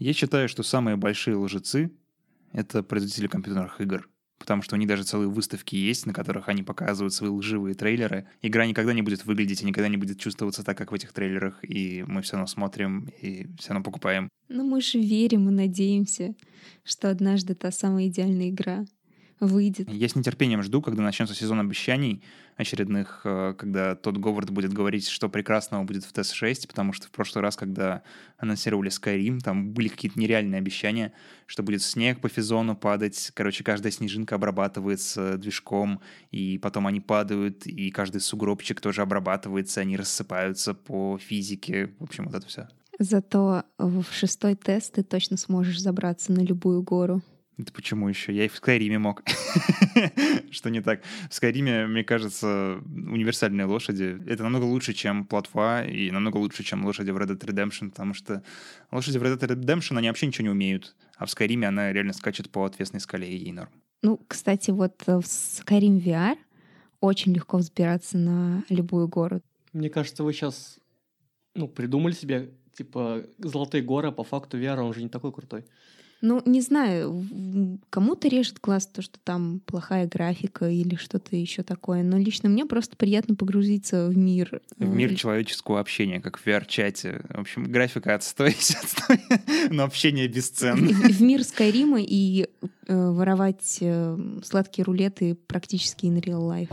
Я считаю, что самые большие лжецы — это производители компьютерных игр. Потому что у них даже целые выставки есть, на которых они показывают свои лживые трейлеры. Игра никогда не будет выглядеть и никогда не будет чувствоваться так, как в этих трейлерах. И мы все равно смотрим и все равно покупаем. Но мы же верим и надеемся, что однажды та самая идеальная игра выйдет. Я с нетерпением жду, когда начнется сезон обещаний очередных, когда Тодд Говард будет говорить, что прекрасного будет в TS6, потому что в прошлый раз, когда анонсировали Skyrim, там были какие-то нереальные обещания, что будет снег по физону падать, короче, каждая снежинка обрабатывается движком, и потом они падают, и каждый сугробчик тоже обрабатывается, они рассыпаются по физике, в общем, вот это все. Зато в 6-й тест ты точно сможешь забраться на любую гору. Это почему еще? Я и в Скайриме мог. Что не так? В Скайриме, мне кажется, универсальные лошади — это намного лучше, чем плотва, и намного лучше, чем лошади в Red Dead Redemption, потому что лошади в Red Dead Redemption, они вообще ничего не умеют, а в Скайриме она реально скачет по отвесной скале, и ей норм. Ну, кстати, вот в Skyrim VR очень легко взбираться на любую гору. Мне кажется, вы сейчас придумали себе, типа, золотые горы, а по факту VR он же не такой крутой. Ну, не знаю, кому-то режет глаз то, что там плохая графика или что-то еще такое, но лично мне просто приятно погрузиться в мир. В мир человеческого общения, как в VR-чате. В общем, графика отстой, но общение бесценно. В мир Скайрима и воровать сладкие рулеты практически in real life.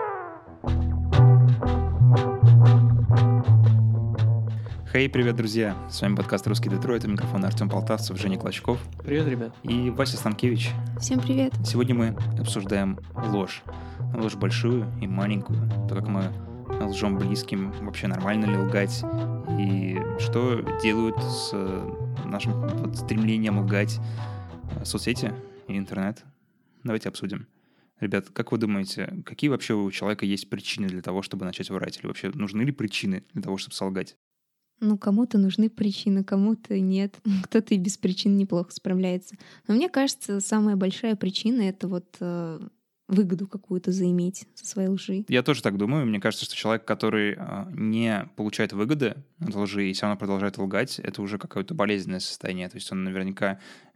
Хей, привет, друзья! С вами подкаст «Русский Детройт», у микрофона Артем Полтавцев, Женя Клочков. Привет, ребят. И Вася Станкевич. Всем привет. Сегодня мы обсуждаем ложь. Ложь большую и маленькую. То, как мы лжем близким, вообще нормально ли лгать. И что делают с нашим стремлением лгать соцсети и интернет. Давайте обсудим. Ребят, как вы думаете, какие вообще у человека есть причины для того, чтобы начать врать? Или вообще нужны ли причины для того, чтобы солгать? Ну, кому-то нужны причины, кому-то нет. Кто-то и без причин неплохо справляется. Но мне кажется, самая большая причина — это вот выгоду какую-то заиметь со своей лжи. Я тоже так думаю. Мне кажется, что человек, который не получает выгоды от лжи и все равно продолжает лгать, это уже какое-то болезненное состояние. То есть он наверняка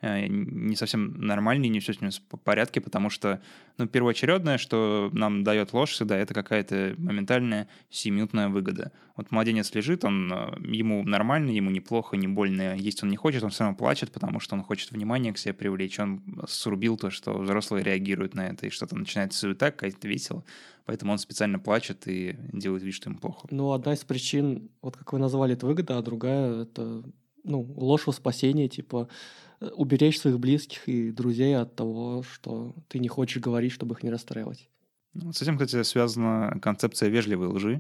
не совсем нормальный, не все с ним в порядке, потому что первоочередное, что нам дает ложь всегда, это какая-то моментальная сиюминутная выгода. Вот младенец лежит, ему нормально, ему неплохо, не больно, есть он не хочет, он все равно плачет, потому что он хочет внимание к себе привлечь. Он срубил то, что взрослые реагируют на это, и что-то начинается суета, какая-то весело. Поэтому он специально плачет и делает вид, что ему плохо. Ну, одна из причин, вот как вы назвали, это выгода, а другая — это ложь во спасение, типа уберечь своих близких и друзей от того, что ты не хочешь говорить, чтобы их не расстраивать. С этим, кстати, связана концепция вежливой лжи.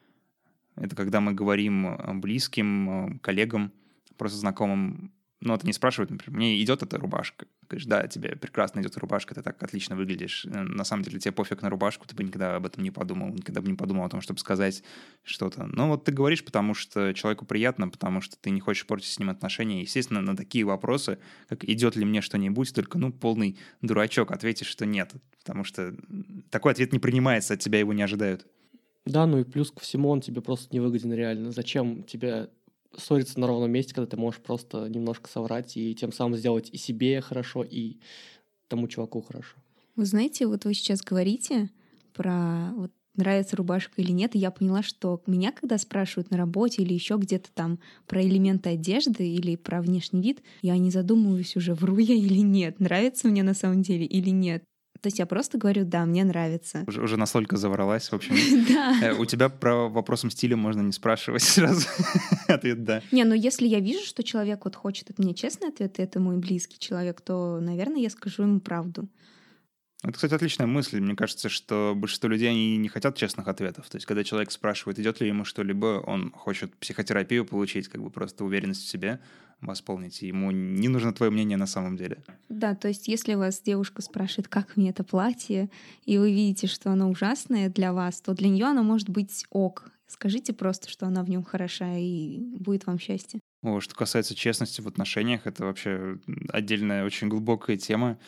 Это когда мы говорим близким, коллегам, просто знакомым, это не спрашивают, например, мне идет эта рубашка. Ты говоришь, да, тебе прекрасно идет рубашка, ты так отлично выглядишь. На самом деле тебе пофиг на рубашку, ты бы никогда об этом не подумал, никогда бы не подумал о том, чтобы сказать что-то. Но вот ты говоришь, потому что человеку приятно, потому что ты не хочешь портить с ним отношения. Естественно, на такие вопросы, как идет ли мне что-нибудь, только, полный дурачок ответишь, что нет. Потому что такой ответ не принимается, от тебя его не ожидают. Да, и плюс ко всему он тебе просто не выгоден реально. Зачем тебе ссориться на ровном месте, когда ты можешь просто немножко соврать и тем самым сделать и себе хорошо, и тому чуваку хорошо. Вы знаете, вот вы сейчас говорите про нравится рубашка или нет, и я поняла, что меня, когда спрашивают на работе или еще где-то там про элементы одежды или про внешний вид, я не задумываюсь уже, вру я или нет, нравится мне на самом деле или нет. То есть я просто говорю, да, мне нравится. Уже настолько завралась, в общем. Да. У тебя про вопросом стиля можно не спрашивать сразу. Ответ «да». Не, если я вижу, что человек хочет от меня честный ответ, и это мой близкий человек, то, наверное, я скажу ему правду. Это, кстати, отличная мысль. Мне кажется, что большинство людей, они не хотят честных ответов. То есть, когда человек спрашивает, идет ли ему что-либо, он хочет психотерапию получить, просто уверенность в себе восполнить. И ему не нужно твое мнение на самом деле. Да, то есть, если вас девушка спрашивает, как мне это платье, и вы видите, что оно ужасное для вас, то для нее оно может быть ок. Скажите просто, что она в нем хороша, и будет вам счастье. Что касается честности в отношениях, это вообще отдельная, очень глубокая тема.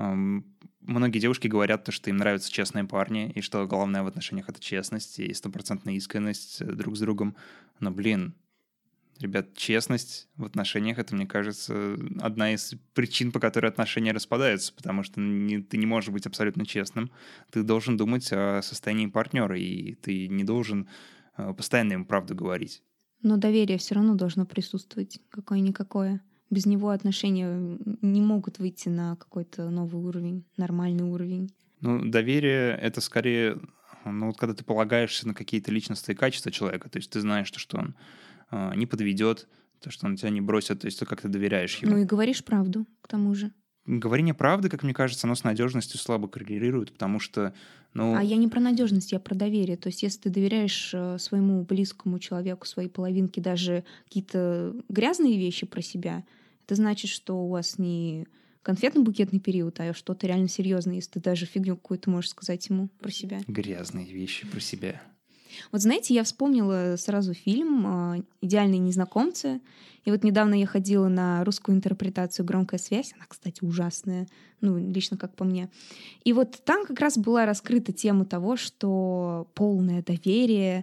Многие девушки говорят, что им нравятся честные парни, и что главное в отношениях — это честность и стопроцентная искренность друг с другом. Но, Ребят, честность в отношениях — это, мне кажется, одна из причин, по которой отношения распадаются, потому что ты не можешь быть абсолютно честным. Ты должен думать о состоянии партнера, и ты не должен постоянно ему правду говорить. Но доверие все равно должно присутствовать, какое-никакое. Без него отношения не могут выйти на какой-то новый уровень, нормальный уровень. Ну, доверие — это скорее, ну, вот когда ты полагаешься на какие-то личностные качества человека, то есть ты знаешь, что он не подведет, то, что он тебя не бросит, то есть ты как-то доверяешь ему. Ну и говоришь правду, к тому же. Говорение правды, как мне кажется, оно с надежностью слабо коррелирует, потому что, А я не про надежность, я про доверие. То есть если ты доверяешь своему близкому человеку, своей половинке даже какие-то грязные вещи про себя, это значит, что у вас не конфетно-букетный период, а что-то реально серьезное, если ты даже фигню какую-то можешь сказать ему про себя. Грязные вещи про себя. Вот знаете, я вспомнила сразу фильм «Идеальные незнакомцы». И вот недавно я ходила на русскую интерпретацию «Громкая связь». Она, кстати, ужасная, ну, лично как по мне. И вот там как раз была раскрыта тема того, что полное доверие,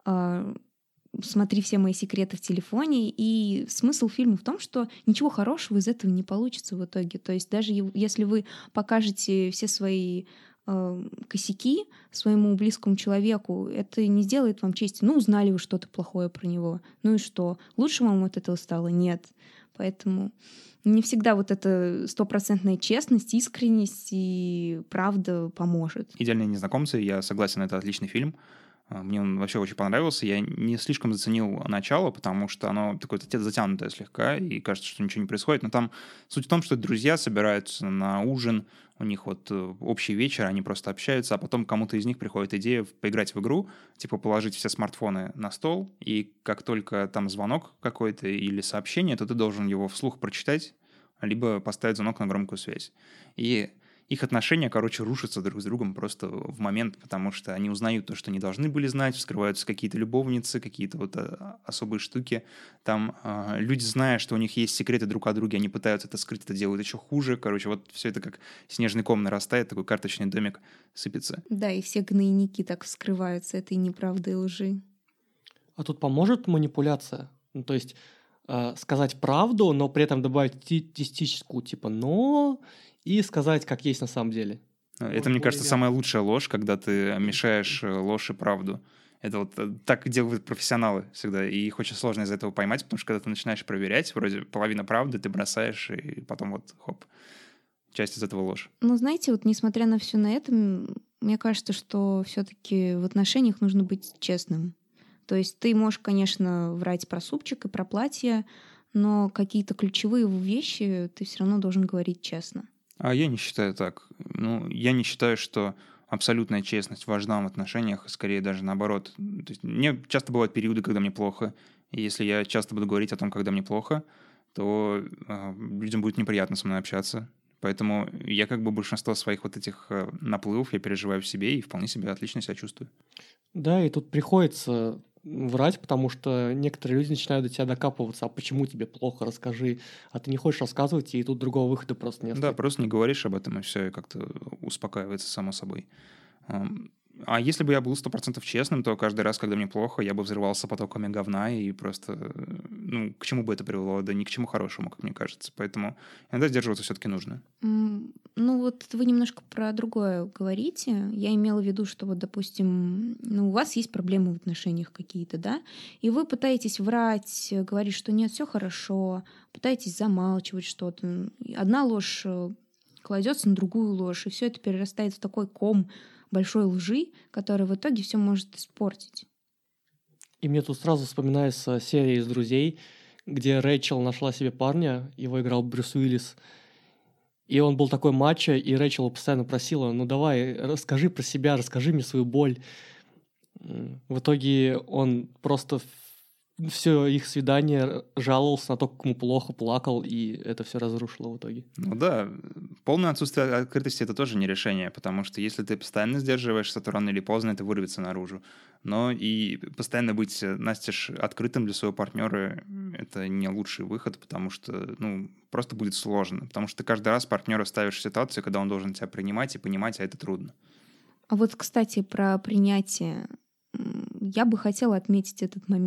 смотри все мои секреты в телефоне. И смысл фильма в том, что ничего хорошего из этого не получится в итоге. То есть даже если вы покажете все свои косяки своему близкому человеку, это не сделает вам чести. Ну, узнали вы что-то плохое про него. Ну и что? Лучше вам от этого стало? Нет. Поэтому не всегда вот эта стопроцентная честность, искренность и правда поможет. «Идеальные незнакомцы», я согласен, это отличный фильм. Мне он вообще очень понравился. Я не слишком заценил начало, потому что оно такое затянутое слегка, и кажется, что ничего не происходит. Но там суть в том, что друзья собираются на ужин, у них вот общий вечер, они просто общаются, а потом кому-то из них приходит идея поиграть в игру, типа положить все смартфоны на стол, и как только там звонок какой-то или сообщение, то ты должен его вслух прочитать, либо поставить звонок на громкую связь. И их отношения, короче, рушатся друг с другом просто в момент, потому что они узнают то, что не должны были знать, вскрываются какие-то любовницы, какие-то вот особые штуки. Там люди, зная, что у них есть секреты друг о друге, они пытаются это скрыть, это делают еще хуже. Короче, вот все это как снежный ком нарастает, такой карточный домик сыпется. Да, и все гнойники так вскрываются этой неправды и лжи. А тут поможет манипуляция? Ну, то есть сказать правду, но при этом добавить тестическую, типа «но», и сказать, как есть на самом деле. Это, мне кажется, самая лучшая ложь, когда ты мешаешь ложь и правду. Это вот так делают профессионалы всегда, и их очень сложно из этого поймать, потому что когда ты начинаешь проверять, вроде половина правды, ты бросаешь, и потом вот хоп, часть из этого ложь. Ну, знаете, вот несмотря на все на это, мне кажется, что все-таки в отношениях нужно быть честным. То есть ты можешь, конечно, врать про супчик и про платье, но какие-то ключевые вещи ты все равно должен говорить честно. А я не считаю так. Ну, я не считаю, что абсолютная честность важна в отношениях, скорее даже наоборот. То есть мне часто бывают периоды, когда мне плохо, и если я часто буду говорить о том, когда мне плохо, то людям будет неприятно со мной общаться. Поэтому я как бы большинство своих вот этих наплывов я переживаю в себе и вполне себе отлично себя чувствую. Да, и тут приходится врать, потому что некоторые люди начинают до тебя докапываться, а почему тебе плохо, расскажи, а ты не хочешь рассказывать, и тут другого выхода просто нет. Да, просто не говоришь об этом, и все, и как-то успокаивается само собой. А если бы я был 100% честным, то каждый раз, когда мне плохо, я бы взрывался потоками говна, и просто, ну, к чему бы это привело? Да ни к чему хорошему, как мне кажется. Поэтому иногда сдерживаться все-таки нужно. Ну вот вы немножко про другое говорите. Я имела в виду, что вот, допустим, ну, у вас есть проблемы в отношениях какие-то, да, и вы пытаетесь врать, говорить, что нет, все хорошо, пытаетесь замалчивать что-то. Одна ложь кладется на другую ложь, и все это перерастает в такой ком большой лжи, которая в итоге все может испортить. И мне тут сразу вспоминается серия из «Друзей», где Рэйчел нашла себе парня, его играл Брюс Уиллис, и он был такой мачо, и Рэйчел постоянно просила: ну давай, расскажи про себя, расскажи мне свою боль. В итоге он просто все их свидание жаловался на то, как ему плохо, плакал, и это все разрушило в итоге. Ну да, полное отсутствие открытости — это тоже не решение, потому что если ты постоянно сдерживаешься, то рано или поздно это вырвется наружу. Но и постоянно быть настежь открытым для своего партнера — это не лучший выход, потому что, ну, просто будет сложно. Потому что ты каждый раз партнера ставишь в ситуацию, когда он должен тебя принимать и понимать, а это трудно. А вот, кстати, про принятие. Я бы хотела отметить этот момент,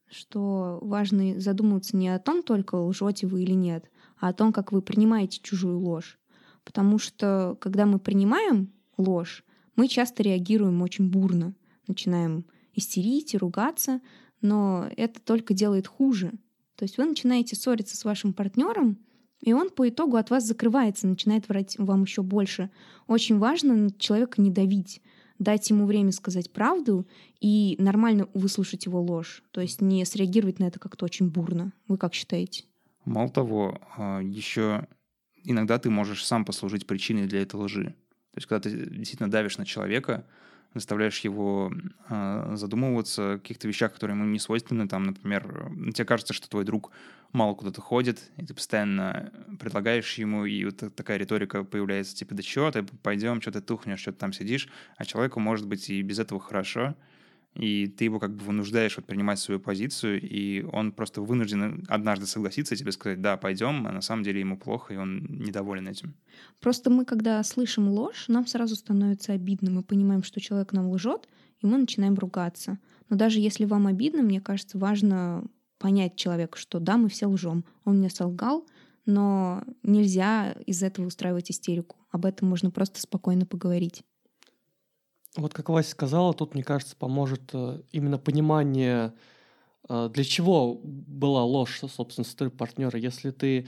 что важно задумываться не о том, только лжете вы или нет, а о том, как вы принимаете чужую ложь. Потому что, когда мы принимаем ложь, мы часто реагируем очень бурно, начинаем истерить и ругаться, но это только делает хуже. То есть вы начинаете ссориться с вашим партнером, и он по итогу от вас закрывается, начинает врать вам еще больше. Очень важно на человека не давить, дать ему время сказать правду и нормально выслушать его ложь. То есть не среагировать на это как-то очень бурно. Вы как считаете? Мало того, еще иногда ты можешь сам послужить причиной для этой лжи. То есть, когда ты действительно давишь на человека, заставляешь его задумываться о каких-то вещах, которые ему не свойственны. Там, например, тебе кажется, что твой друг мало куда-то ходит, и ты постоянно предлагаешь ему, и вот такая риторика появляется, типа, да чё ты, пойдем, что ты тухнешь, что ты там сидишь, а человеку, может быть, и без этого хорошо, и ты его как бы вынуждаешь вот принимать свою позицию, и он просто вынужден однажды согласиться и тебе сказать, да, пойдем, а на самом деле ему плохо, и он недоволен этим. Просто мы, когда слышим ложь, нам сразу становится обидно. Мы понимаем, что человек нам лжет, и мы начинаем ругаться. Но даже если вам обидно, мне кажется, важно понять человеку, что да, мы все лжем. Он мне солгал, но нельзя из этого устраивать истерику. Об этом можно просто спокойно поговорить. Вот как Вася сказала, тут, мне кажется, поможет именно понимание, для чего была ложь, собственно, с стороны партнера. Если ты,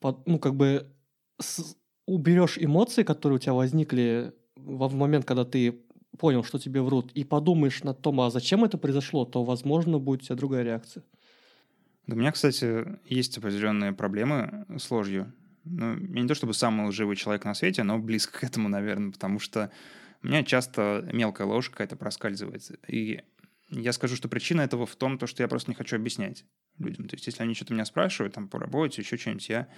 уберешь эмоции, которые у тебя возникли в момент, когда ты понял, что тебе врут, и подумаешь над том, а зачем это произошло, то, возможно, будет у тебя другая реакция. Да, у меня, кстати, есть определенные проблемы с ложью. Ну, я не то чтобы самый лживый человек на свете, но близко к этому, наверное, потому что у меня часто мелкая ложь какая-то проскальзывает. И я скажу, что причина этого в том, что я просто не хочу объяснять людям. То есть если они что-то меня спрашивают там по работе, еще что-нибудь, я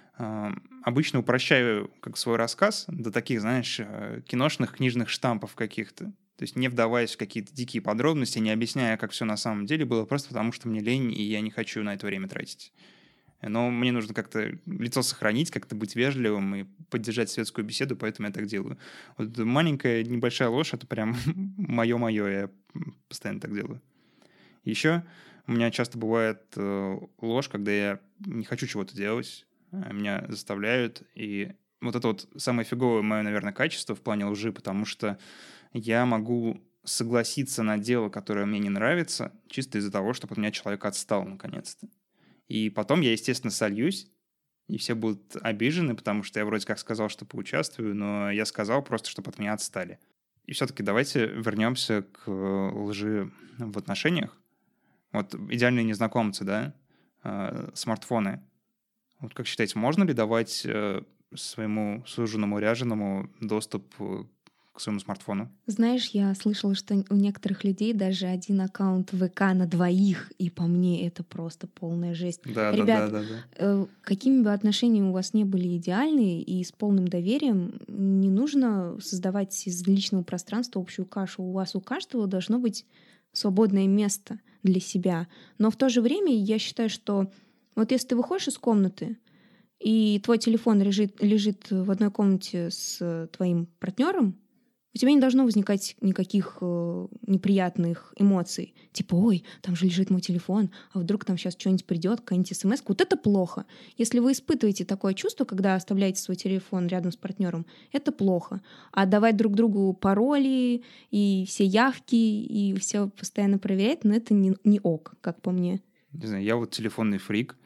обычно упрощаю как свой рассказ до таких, знаешь, киношных, книжных штампов каких-то. То есть не вдаваясь в какие-то дикие подробности, не объясняя, как все на самом деле было, просто потому что мне лень, и я не хочу на это время тратить. Но мне нужно как-то лицо сохранить, как-то быть вежливым и поддержать светскую беседу, поэтому я так делаю. Вот маленькая, небольшая ложь — это прям мое-мое, я постоянно так делаю. Еще у меня часто бывает ложь, когда я не хочу чего-то делать, меня заставляют, и вот это вот самое фиговое мое, наверное, качество в плане лжи, потому что я могу согласиться на дело, которое мне не нравится, чисто из-за того, чтобы от меня человек отстал наконец-то. И потом я, естественно, сольюсь, и все будут обижены, потому что я вроде как сказал, что поучаствую, но я сказал просто, чтобы от меня отстали. И все-таки давайте вернемся к лжи в отношениях. Вот идеальные незнакомцы, да, смартфоны. Вот как считаете, можно ли давать своему суженому, ряженому доступ к своему смартфону? Знаешь, я слышала, что у некоторых людей даже один аккаунт ВК на двоих, и по мне это просто полная жесть. Да, Ребят, да. какими бы отношениями у вас не были идеальные и с полным доверием, не нужно создавать из личного пространства общую кашу. У вас у каждого должно быть свободное место для себя. Но в то же время я считаю, что вот если ты выходишь из комнаты, и твой телефон лежит в одной комнате с твоим партнером, у тебя не должно возникать никаких неприятных эмоций. Типа, ой, там же лежит мой телефон, а вдруг там сейчас что-нибудь придет, какая-нибудь смс. Вот это плохо. Если вы испытываете такое чувство, когда оставляете свой телефон рядом с партнером, это плохо. А давать друг другу пароли и все явки, и все постоянно проверять, ну это не ок, как по мне. Не знаю, я вот телефонный фрик.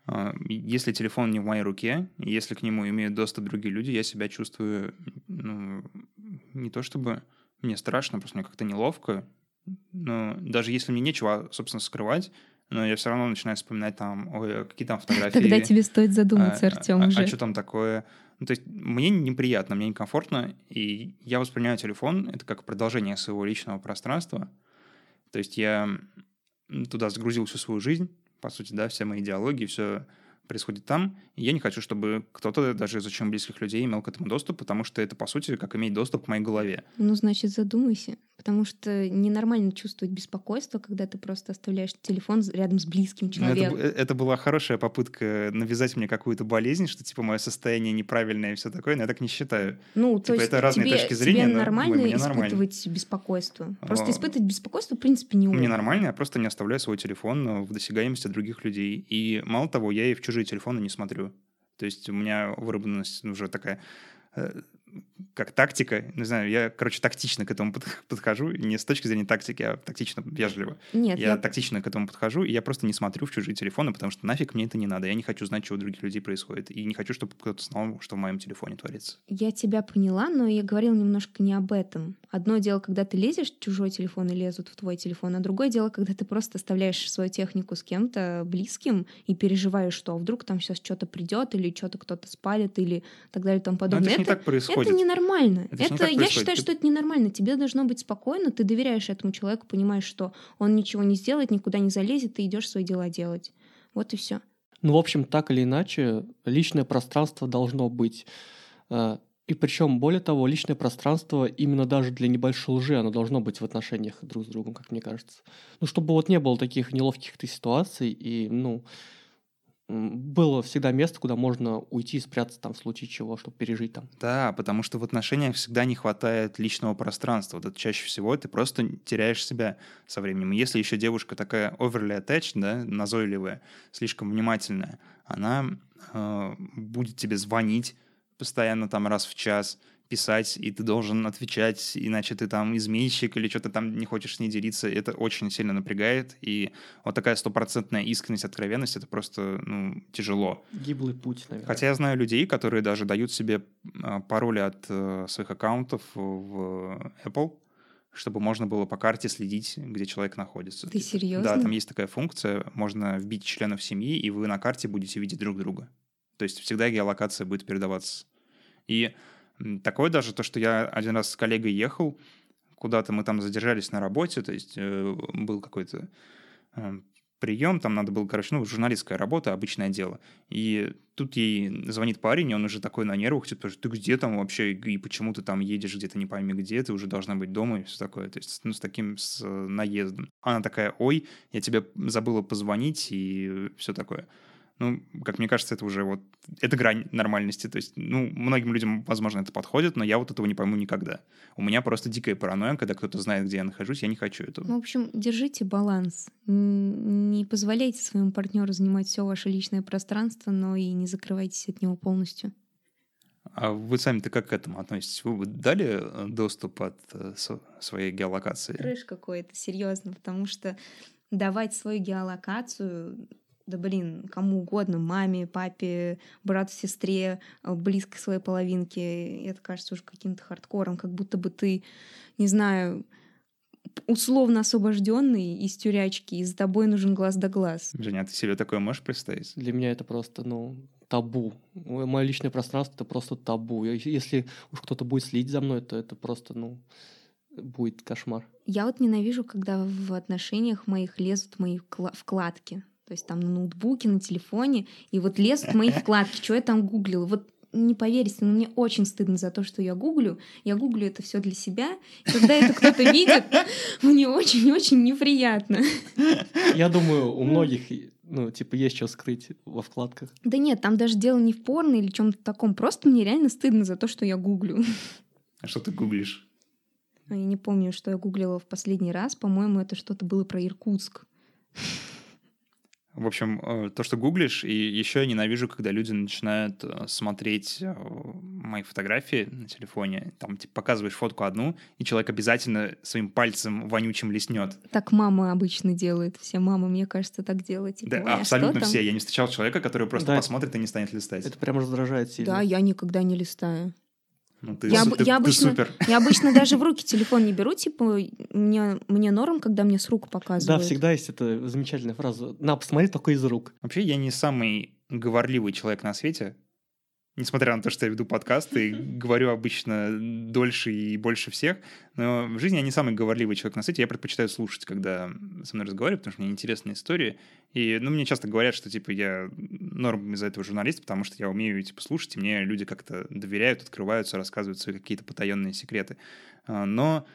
Если телефон не в моей руке, если к нему имеют доступ другие люди, я себя чувствую, не то чтобы мне страшно, просто мне как-то неловко. Но даже если мне нечего, собственно, скрывать, но я все равно начинаю вспоминать там, ой, какие там фотографии. Тогда тебе стоит задуматься, Артём, уже. А что там такое? Ну, то есть мне неприятно, мне некомфортно, и я воспринимаю телефон это как продолжение своего личного пространства. То есть я туда загрузил всю свою жизнь, по сути, да, все мои идеологии, все происходит там, и я не хочу, чтобы кто-то, даже из очень близких людей, имел к этому доступ, потому что это, по сути, как иметь доступ к моей голове. Ну, значит, задумайся. Потому что ненормально чувствовать беспокойство, когда ты просто оставляешь телефон рядом с близким Ну, человеком. это была хорошая попытка навязать мне какую-то болезнь, что, типа, мое состояние неправильное и все такое, но я так не считаю. Ну, то Типа, есть это разные точки тебе зрения, но нормально мне нормально. испытывать беспокойство. Просто А, испытывать беспокойство, в принципе, не Мне ок. нормально, я просто не оставляю свой телефон в досягаемости других людей. И мало того, я и в чужие телефоны не смотрю. То есть у меня выработанность уже такая, э, как тактика. Не знаю, я, короче, тактично к этому подхожу. Не с точки зрения тактики, а тактично, вежливо. Нет, Я тактично к этому подхожу, и я просто не смотрю в чужие телефоны, потому что нафиг мне это не надо. Я не хочу знать, что у других людей происходит. И не хочу, чтобы кто-то знал, что в моем телефоне творится. я тебя поняла, но я говорила немножко не об этом. Одно дело, когда ты лезешь в чужой телефон и лезут в твой телефон, а другое дело, когда ты просто оставляешь свою технику с кем-то близким и переживаешь, что вдруг там сейчас что-то придет, или что-то кто-то спалит, или так далее и тому Но подобное. это же не так происходит. Это ненормально. Это ж не Это, так я происходит. считаю, Ты- что это ненормально. Тебе должно быть спокойно, ты доверяешь этому человеку, понимаешь, что он ничего не сделает, никуда не залезет, ты идешь свои дела делать. Вот и все. Ну, в общем, так или иначе, личное пространство должно быть. И причем, более того, личное пространство именно даже для небольшой лжи, оно должно быть в отношениях друг с другом, как мне кажется. Ну, чтобы вот не было таких неловких ситуаций, и, ну, было всегда место, куда можно уйти и спрятаться там в случае чего, чтобы пережить там. Да, потому что в отношениях всегда не хватает личного пространства. Вот это чаще всего ты просто теряешь себя со временем. И если еще девушка такая overly attached, да, назойливая, слишком внимательная, она будет тебе звонить постоянно там раз в час, писать, и ты должен отвечать, иначе ты там изменщик или что-то там не хочешь с ней делиться. Это очень сильно напрягает, и вот такая стопроцентная искренность, откровенность, это просто, ну, тяжело. Гиблый путь, наверное. Хотя я знаю людей, которые даже дают себе пароли от своих аккаунтов в Apple, чтобы можно было по карте следить, где человек находится. Ты Типа, серьезно? Да, там есть такая функция, можно вбить членов семьи, и вы на карте будете видеть друг друга. То есть всегда геолокация будет передаваться. И такое даже, то, что я один раз с коллегой ехал, куда-то мы там задержались на работе, то есть был какой-то прием, там надо было, короче, ну, журналистская работа, обычное дело. И тут ей звонит парень, и он уже такой на нервах, типа, ты где там вообще, и почему ты там едешь где-то не пойми где, ты уже должна быть дома и все такое. То есть, ну, с таким с наездом. Она такая, ой, я тебе забыла позвонить и все такое. Ну, как мне кажется, это уже вот, это грань нормальности. То есть, ну, многим людям, возможно, это подходит, но я вот этого не пойму никогда. У меня просто дикая паранойя, когда кто-то знает, где я нахожусь, я не хочу этого. Ну, в общем, держите баланс. Не позволяйте своему партнеру занимать все ваше личное пространство, но и не закрывайтесь от него полностью. А вы сами-то как к этому относитесь? Вы бы дали доступ от своей геолокации? Трэш какой-то, серьезно, потому что давать свою геолокацию, да блин, кому угодно, маме, папе, брату, сестре, близкой своей половинке, это кажется уже каким-то хардкором, как будто бы ты, не знаю, условно освобожденный из тюрячки, и за тобой нужен глаз да глаз. Женя, а ты себе такое можешь представить? Для меня это просто, ну, табу. Мое личное пространство — это просто табу. Если уж кто-то будет следить за мной, то это просто, ну, будет кошмар. Я вот ненавижу, когда в отношениях моих лезут мои вкладки. То есть там на ноутбуке, на телефоне, и вот лезут мои вкладки, что я там гуглила. Вот не поверите, но мне очень стыдно за то, что я гуглю. Я гуглю это все для себя. И когда это кто-то видит, мне очень-очень неприятно. Я думаю, у многих, ну, типа, есть что скрыть во вкладках. Да нет, там даже дело не в порно или чем-то таком. Просто мне реально стыдно за то, что я гуглю. А что ты гуглишь? Я не помню, что я гуглила в последний раз. По-моему, это что-то было про Иркутск. В общем, то, что гуглишь, и еще я ненавижу, когда люди начинают смотреть мои фотографии на телефоне, там, типа, показываешь фотку одну, и человек обязательно своим пальцем вонючим лиснет. Так мама обычно делает. Все мамы, мне кажется, так делают. Типа, Да, «Ой, а абсолютно что там?» все. Я не встречал человека, который просто Да. посмотрит и не станет листать. Это прям раздражает сильно. Да, я никогда не листаю. Ну, ты, Я ты обычно, супер. я обычно даже в руки телефон не беру, типа, мне норм, когда мне с рук Да, показывают. всегда есть эта замечательная фраза. На, посмотри только из рук. Вообще, я не самый говорливый человек на свете, несмотря на то, что я веду подкаст и говорю обычно дольше и больше всех, но в жизни я не самый говорливый человек на свете. Я предпочитаю слушать, когда со мной разговаривают, потому что мне интересная история. И, ну, мне часто говорят, что, типа, я норм из-за этого журналист, потому что я умею, типа, слушать, и мне люди как-то доверяют, открываются, рассказывают свои какие-то потаенные секреты. Но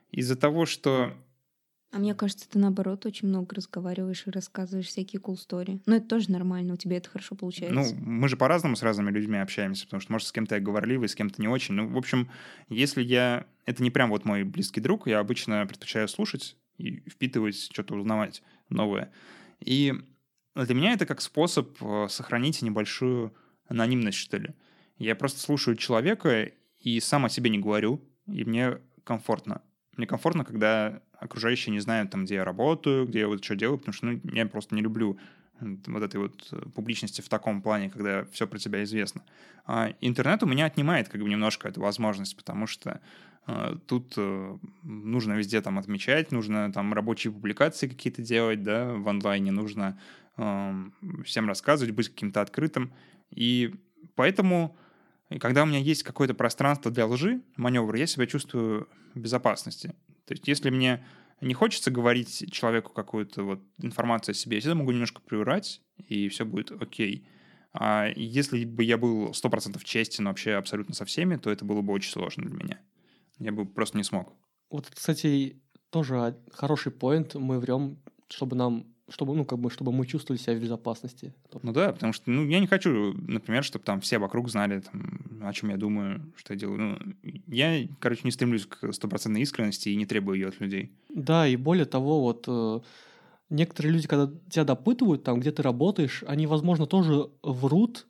из-за того, что... А мне кажется, ты наоборот очень много разговариваешь и рассказываешь всякие cool story. Но это тоже нормально, у тебя это хорошо Ну, получается. мы же по-разному с разными людьми общаемся, потому что, может, с кем-то я говорливый, с кем-то не очень. Ну, в общем, если я... Это не прям вот мой близкий друг, я обычно предпочитаю слушать и впитывать, что-то узнавать новое. И для меня это как способ сохранить небольшую анонимность, что ли. Я просто слушаю человека и сам о себе не говорю, и мне комфортно. Мне комфортно, когда окружающие не знают, там, где я работаю, где я вот что делаю, потому что ну, я просто не люблю вот этой вот публичности в таком плане, когда все про тебя известно. А интернет у меня отнимает как бы немножко эту возможность, потому что тут нужно везде там отмечать, нужно там рабочие публикации какие-то делать, да, в онлайне, нужно всем рассказывать, быть каким-то открытым. И поэтому, когда у меня есть какое-то пространство для лжи, маневра, я себя чувствую в безопасности. То есть если мне не хочется говорить человеку какую-то вот информацию о себе, я всегда могу немножко приврать, и все будет окей. А если бы я был 100% честен вообще абсолютно со всеми, то это было бы очень сложно для меня. Я бы просто не смог. Вот, кстати, тоже хороший поинт. Мы врем, чтобы мы чувствовали себя в безопасности. Ну да, потому что я не хочу, например, чтобы там все вокруг знали, там, о чем я думаю, что я делаю. Ну, я, не стремлюсь к стопроцентной искренности и не требую ее от людей. Да, и более того, вот некоторые люди, когда тебя допытывают, там, где ты работаешь, они, возможно, тоже врут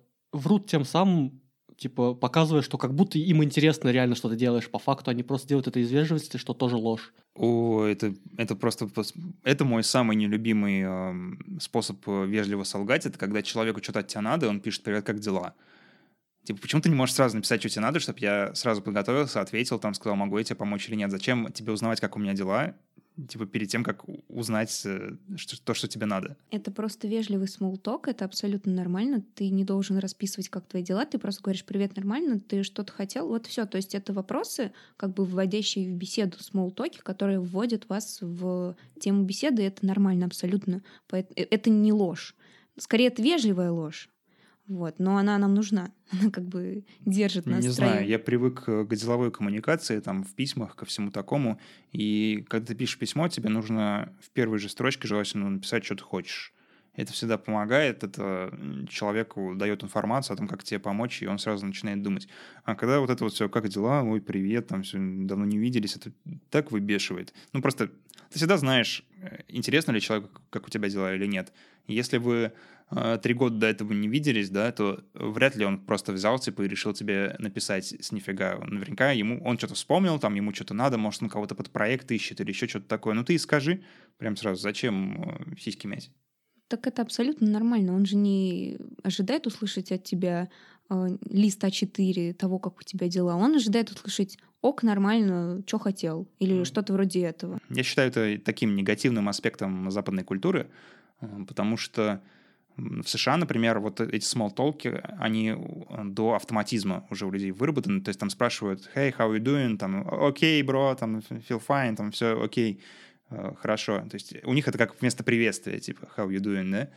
тем самым, типа, показывая, что как будто им интересно реально, что ты делаешь. По факту они просто делают это из вежливости, что тоже ложь. О, это просто... Это мой самый нелюбимый способ вежливо солгать. Это когда человеку что-то от тебя надо, и он пишет «Привет, как дела?». Типа, почему ты не можешь сразу написать, что тебе надо, чтобы я сразу подготовился, ответил, там, сказал, могу я тебе помочь или нет? Зачем тебе узнавать, как у меня дела, типа, перед тем, как узнать то, что тебе надо? Это просто вежливый смолток, это абсолютно нормально. Ты не должен расписывать, как твои дела, ты просто говоришь «Привет, нормально, ты что-то хотел?» Вот все. То есть это вопросы, как бы вводящие в беседу смолтоки, которые вводят вас в тему беседы, это нормально абсолютно. Это не ложь. Скорее, это вежливая ложь. Вот, но она нам нужна. Она как бы держит нас Не в строю. знаю, я привык к деловой коммуникации, там, в письмах, ко всему такому. И когда ты пишешь письмо, тебе нужно в первой же строчке желательно написать, что ты хочешь. Это всегда помогает, это человеку дает информацию о том, как тебе помочь, и он сразу начинает думать. А когда вот это вот все, как дела, ой, привет, там все, давно не виделись, это так выбешивает. Ну, просто ты всегда знаешь, интересно ли человеку, как у тебя дела или нет. Если вы 3 года до этого не виделись, да, то вряд ли он просто взял, типа, и решил тебе написать с нифига. Наверняка он что-то вспомнил, там ему что-то надо, может, он кого-то под проект ищет или еще что-то такое. Ну, ты и скажи прям сразу, зачем сиськи мять? Так это абсолютно нормально. Он же не ожидает услышать от тебя лист А4 того, как у тебя дела. Он ожидает услышать «ок, нормально, что хотел» или что-то вроде этого. Я считаю это таким негативным аспектом западной культуры, потому что в США, например, вот эти смолтолки, они до автоматизма уже у людей выработаны. То есть там спрашивают «Hey, how you doing?» Там «Окей, бро», там «Feel fine», там все окей, хорошо. То есть у них это как вместо приветствия, типа «How you doing?», да?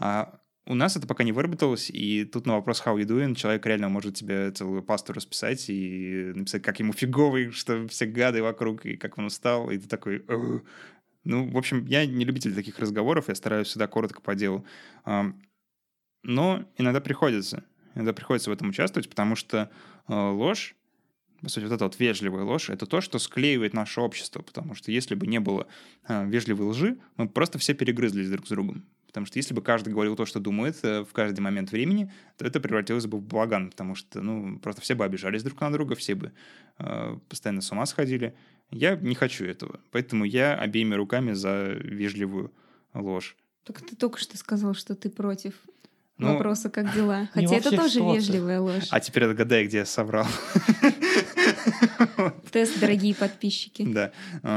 А у нас это пока не выработалось, и тут на вопрос «How you doing?» человек реально может тебе целую пасту расписать и написать, как ему фиговый, что все гады вокруг, и как он устал, и ты такой... Ну, в общем, я не любитель таких разговоров, я стараюсь всегда коротко по делу. Но иногда приходится в этом участвовать, потому что ложь, по сути, вот эта вот вежливая ложь, это то, что склеивает наше общество, потому что если бы не было вежливой лжи, мы бы просто все перегрызлись друг с другом. Потому что если бы каждый говорил то, что думает в каждый момент времени, то это превратилось бы в балаган, потому что, просто все бы обижались друг на друга, все бы постоянно с ума сходили. Я не хочу этого, поэтому я обеими руками за вежливую ложь. Только ты только что сказал, что ты против вопроса «как дела?». Не Хотя во это всех тоже ситуациях. вежливая ложь. А теперь отгадай, где я соврал. Тест, дорогие подписчики. Да.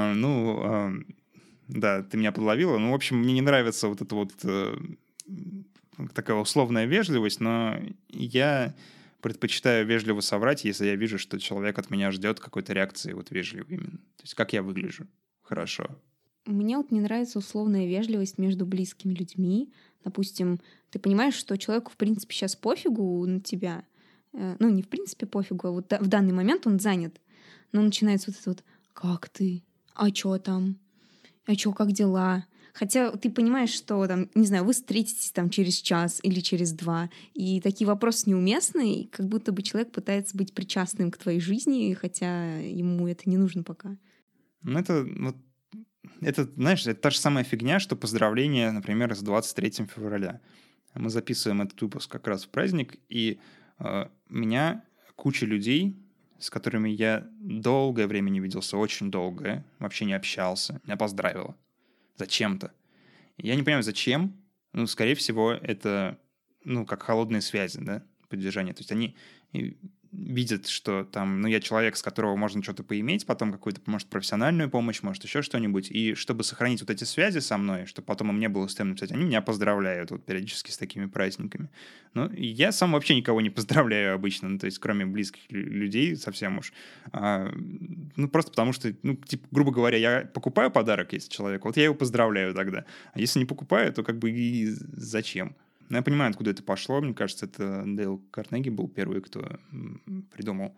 Да, ты меня подловила. Ну, в общем, мне не нравится вот эта вот такая условная вежливость, но я предпочитаю вежливо соврать, если я вижу, что человек от меня ждет какой-то реакции вот вежливой именно. То есть как я выгляжу. Хорошо. Мне вот не нравится условная вежливость между близкими людьми. Допустим, ты понимаешь, что человеку, в принципе, сейчас пофигу на тебя. Ну, не в принципе пофигу, а вот в данный момент он занят. Но начинается вот это вот как ты? А чё там? А чё, как дела? Хотя ты понимаешь, что там, не знаю, вы встретитесь там через час или через 2, и такие вопросы неуместны, и как будто бы человек пытается быть причастным к твоей жизни, хотя ему это не нужно пока. Ну, это, знаешь, это та же самая фигня, что поздравления, например, с 23 февраля. Мы записываем этот выпуск как раз в праздник, и меня куча людей, с которыми я долгое время не виделся, очень долгое, вообще не общался, меня поздравила. Зачем-то. Я не понимаю, зачем. Ну, скорее всего, это, как холодные связи, да, поддержание. То есть они видят, что там, я человек, с которого можно что-то поиметь, потом какую-то, может, профессиональную помощь, может, еще что-нибудь. И чтобы сохранить вот эти связи со мной, чтобы потом им не было стыдно написать, они меня поздравляют вот периодически с такими праздниками. Я сам вообще никого не поздравляю обычно, то есть кроме близких людей совсем уж. Просто потому что, грубо говоря, я покупаю подарок, если человек, вот я его поздравляю тогда. А если не покупаю, то как бы и зачем? Я понимаю, откуда это пошло. Мне кажется, это Дейл Карнеги был первый, кто придумал.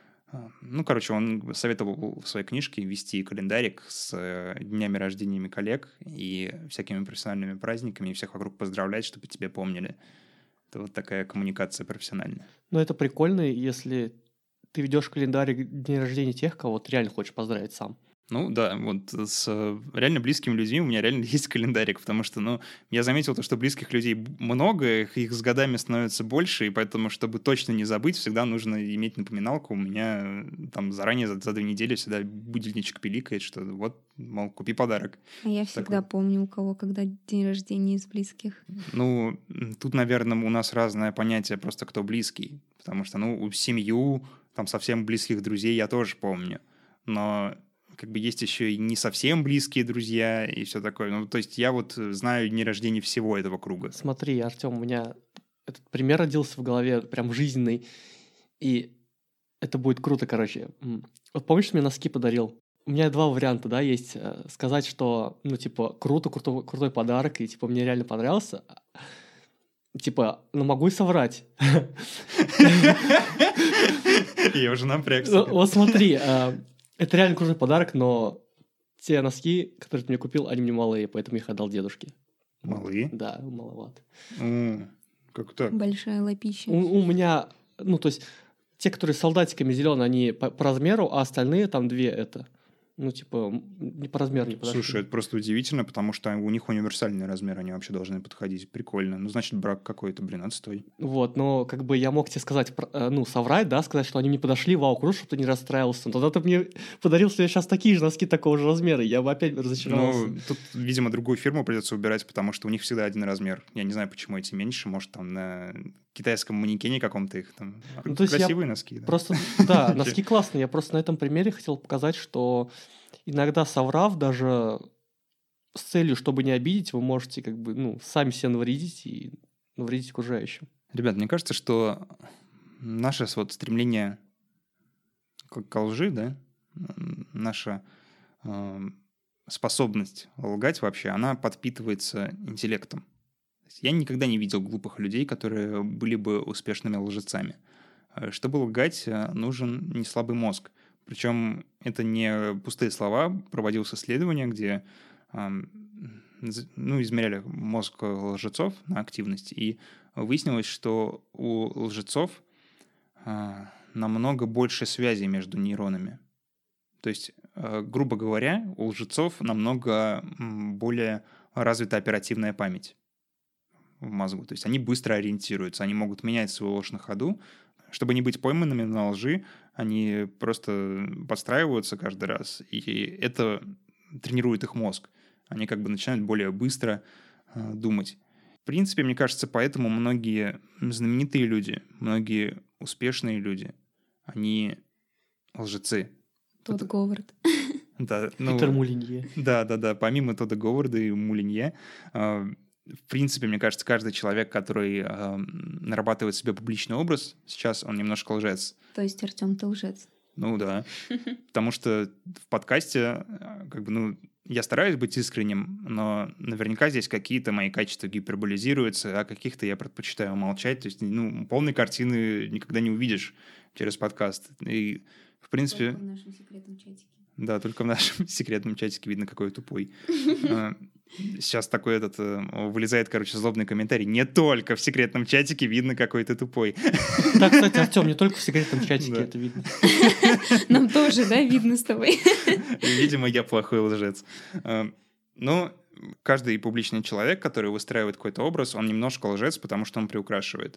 Он советовал в своей книжке вести календарик с днями рождениями коллег и всякими профессиональными праздниками, и всех вокруг поздравлять, чтобы тебя помнили. Это вот такая коммуникация профессиональная. Это прикольно, если ты ведешь календарик дней рождения тех, кого ты реально хочешь поздравить сам. Да, вот с реально близкими людьми у меня реально есть календарик, потому что, я заметил то, что близких людей много, их с годами становится больше, и поэтому, чтобы точно не забыть, всегда нужно иметь напоминалку. У меня там заранее за 2 недели всегда будильничек пиликает, что вот, мол, купи подарок. А я всегда помню, у кого когда день рождения из близких. Тут, наверное, у нас разное понятие просто кто близкий, потому что, семью, там совсем близких друзей я тоже помню, но как бы есть еще и не совсем близкие друзья и все такое. То есть я вот знаю дни рождения всего этого круга. Смотри, Артем, у меня этот пример родился в голове, прям жизненный, и это будет круто, короче. Вот помнишь, ты мне носки подарил? У меня 2 варианта, да, есть. Сказать, что, крутой подарок, и, мне реально понравился. Могу и соврать. Я уже напрягся. Вот смотри, это реально крутой подарок, но те носки, которые ты мне купил, они мне малые, поэтому их отдал дедушке. Малые? Да, маловато. Как так? Большая лапища. У меня, то есть, те, которые с солдатиками зеленые, они по размеру, а остальные там 2 это... не по размеру не подошли. Слушай, это просто удивительно, потому что у них универсальный размер, они вообще должны подходить. Прикольно. Значит, брак какой-то, отстой. Вот, но как бы я мог тебе сказать, соврать, да, сказать, что они мне подошли, вау, круто, чтобы ты не расстраивался. Но тогда ты мне подарил сейчас такие же носки такого же размера, я бы опять разочаровался. Тут, видимо, другую фирму придется убирать, потому что у них всегда один размер. Я не знаю, почему эти меньше, может, там на китайском манекене каком-то их там красивые носки. Да? Просто, да, носки классные. Я просто на этом примере хотел показать, что иногда соврав даже с целью, чтобы не обидеть, вы можете как бы, сами себе навредить и навредить окружающим. Ребят, мне кажется, что наше стремление к лжи, да, наша способность лгать вообще, она подпитывается интеллектом. Я никогда не видел глупых людей, которые были бы успешными лжецами. Чтобы лгать, нужен неслабый мозг. Причем это не пустые слова. Проводилось исследование, где измеряли мозг лжецов на активность, и выяснилось, что у лжецов намного больше связей между нейронами. То есть, грубо говоря, у лжецов намного более развита оперативная память в мозгу. То есть они быстро ориентируются, они могут менять свою ложь на ходу. Чтобы не быть пойманными на лжи, они просто подстраиваются каждый раз, и это тренирует их мозг. Они как бы начинают более быстро думать. В принципе, мне кажется, поэтому многие знаменитые люди, многие успешные люди, они лжецы. Тодд Говард. Да, Питер Мулинье. Да. Помимо Тодда Говарда и Мулинье, в принципе, мне кажется, каждый человек, который нарабатывает себе публичный образ, сейчас он немножко лжец. То есть, Артем, ты лжец? Да. Потому что в подкасте как бы, я стараюсь быть искренним, но наверняка здесь какие-то мои качества гиперболизируются, а каких-то я предпочитаю молчать. То есть, полной картины никогда не увидишь через подкаст. И, в принципе... Только в нашем секретном чатике. Да, только в нашем секретном чатике видно, какой я тупой. Сейчас такой вылезает, злобный комментарий. Не только в секретном чатике видно, какой ты тупой. Да, кстати, Артем, не только в секретном чатике это видно. Нам тоже, да, видно с тобой. Видимо, я плохой лжец. Но каждый публичный человек, который выстраивает какой-то образ, он немножко лжец, потому что он приукрашивает.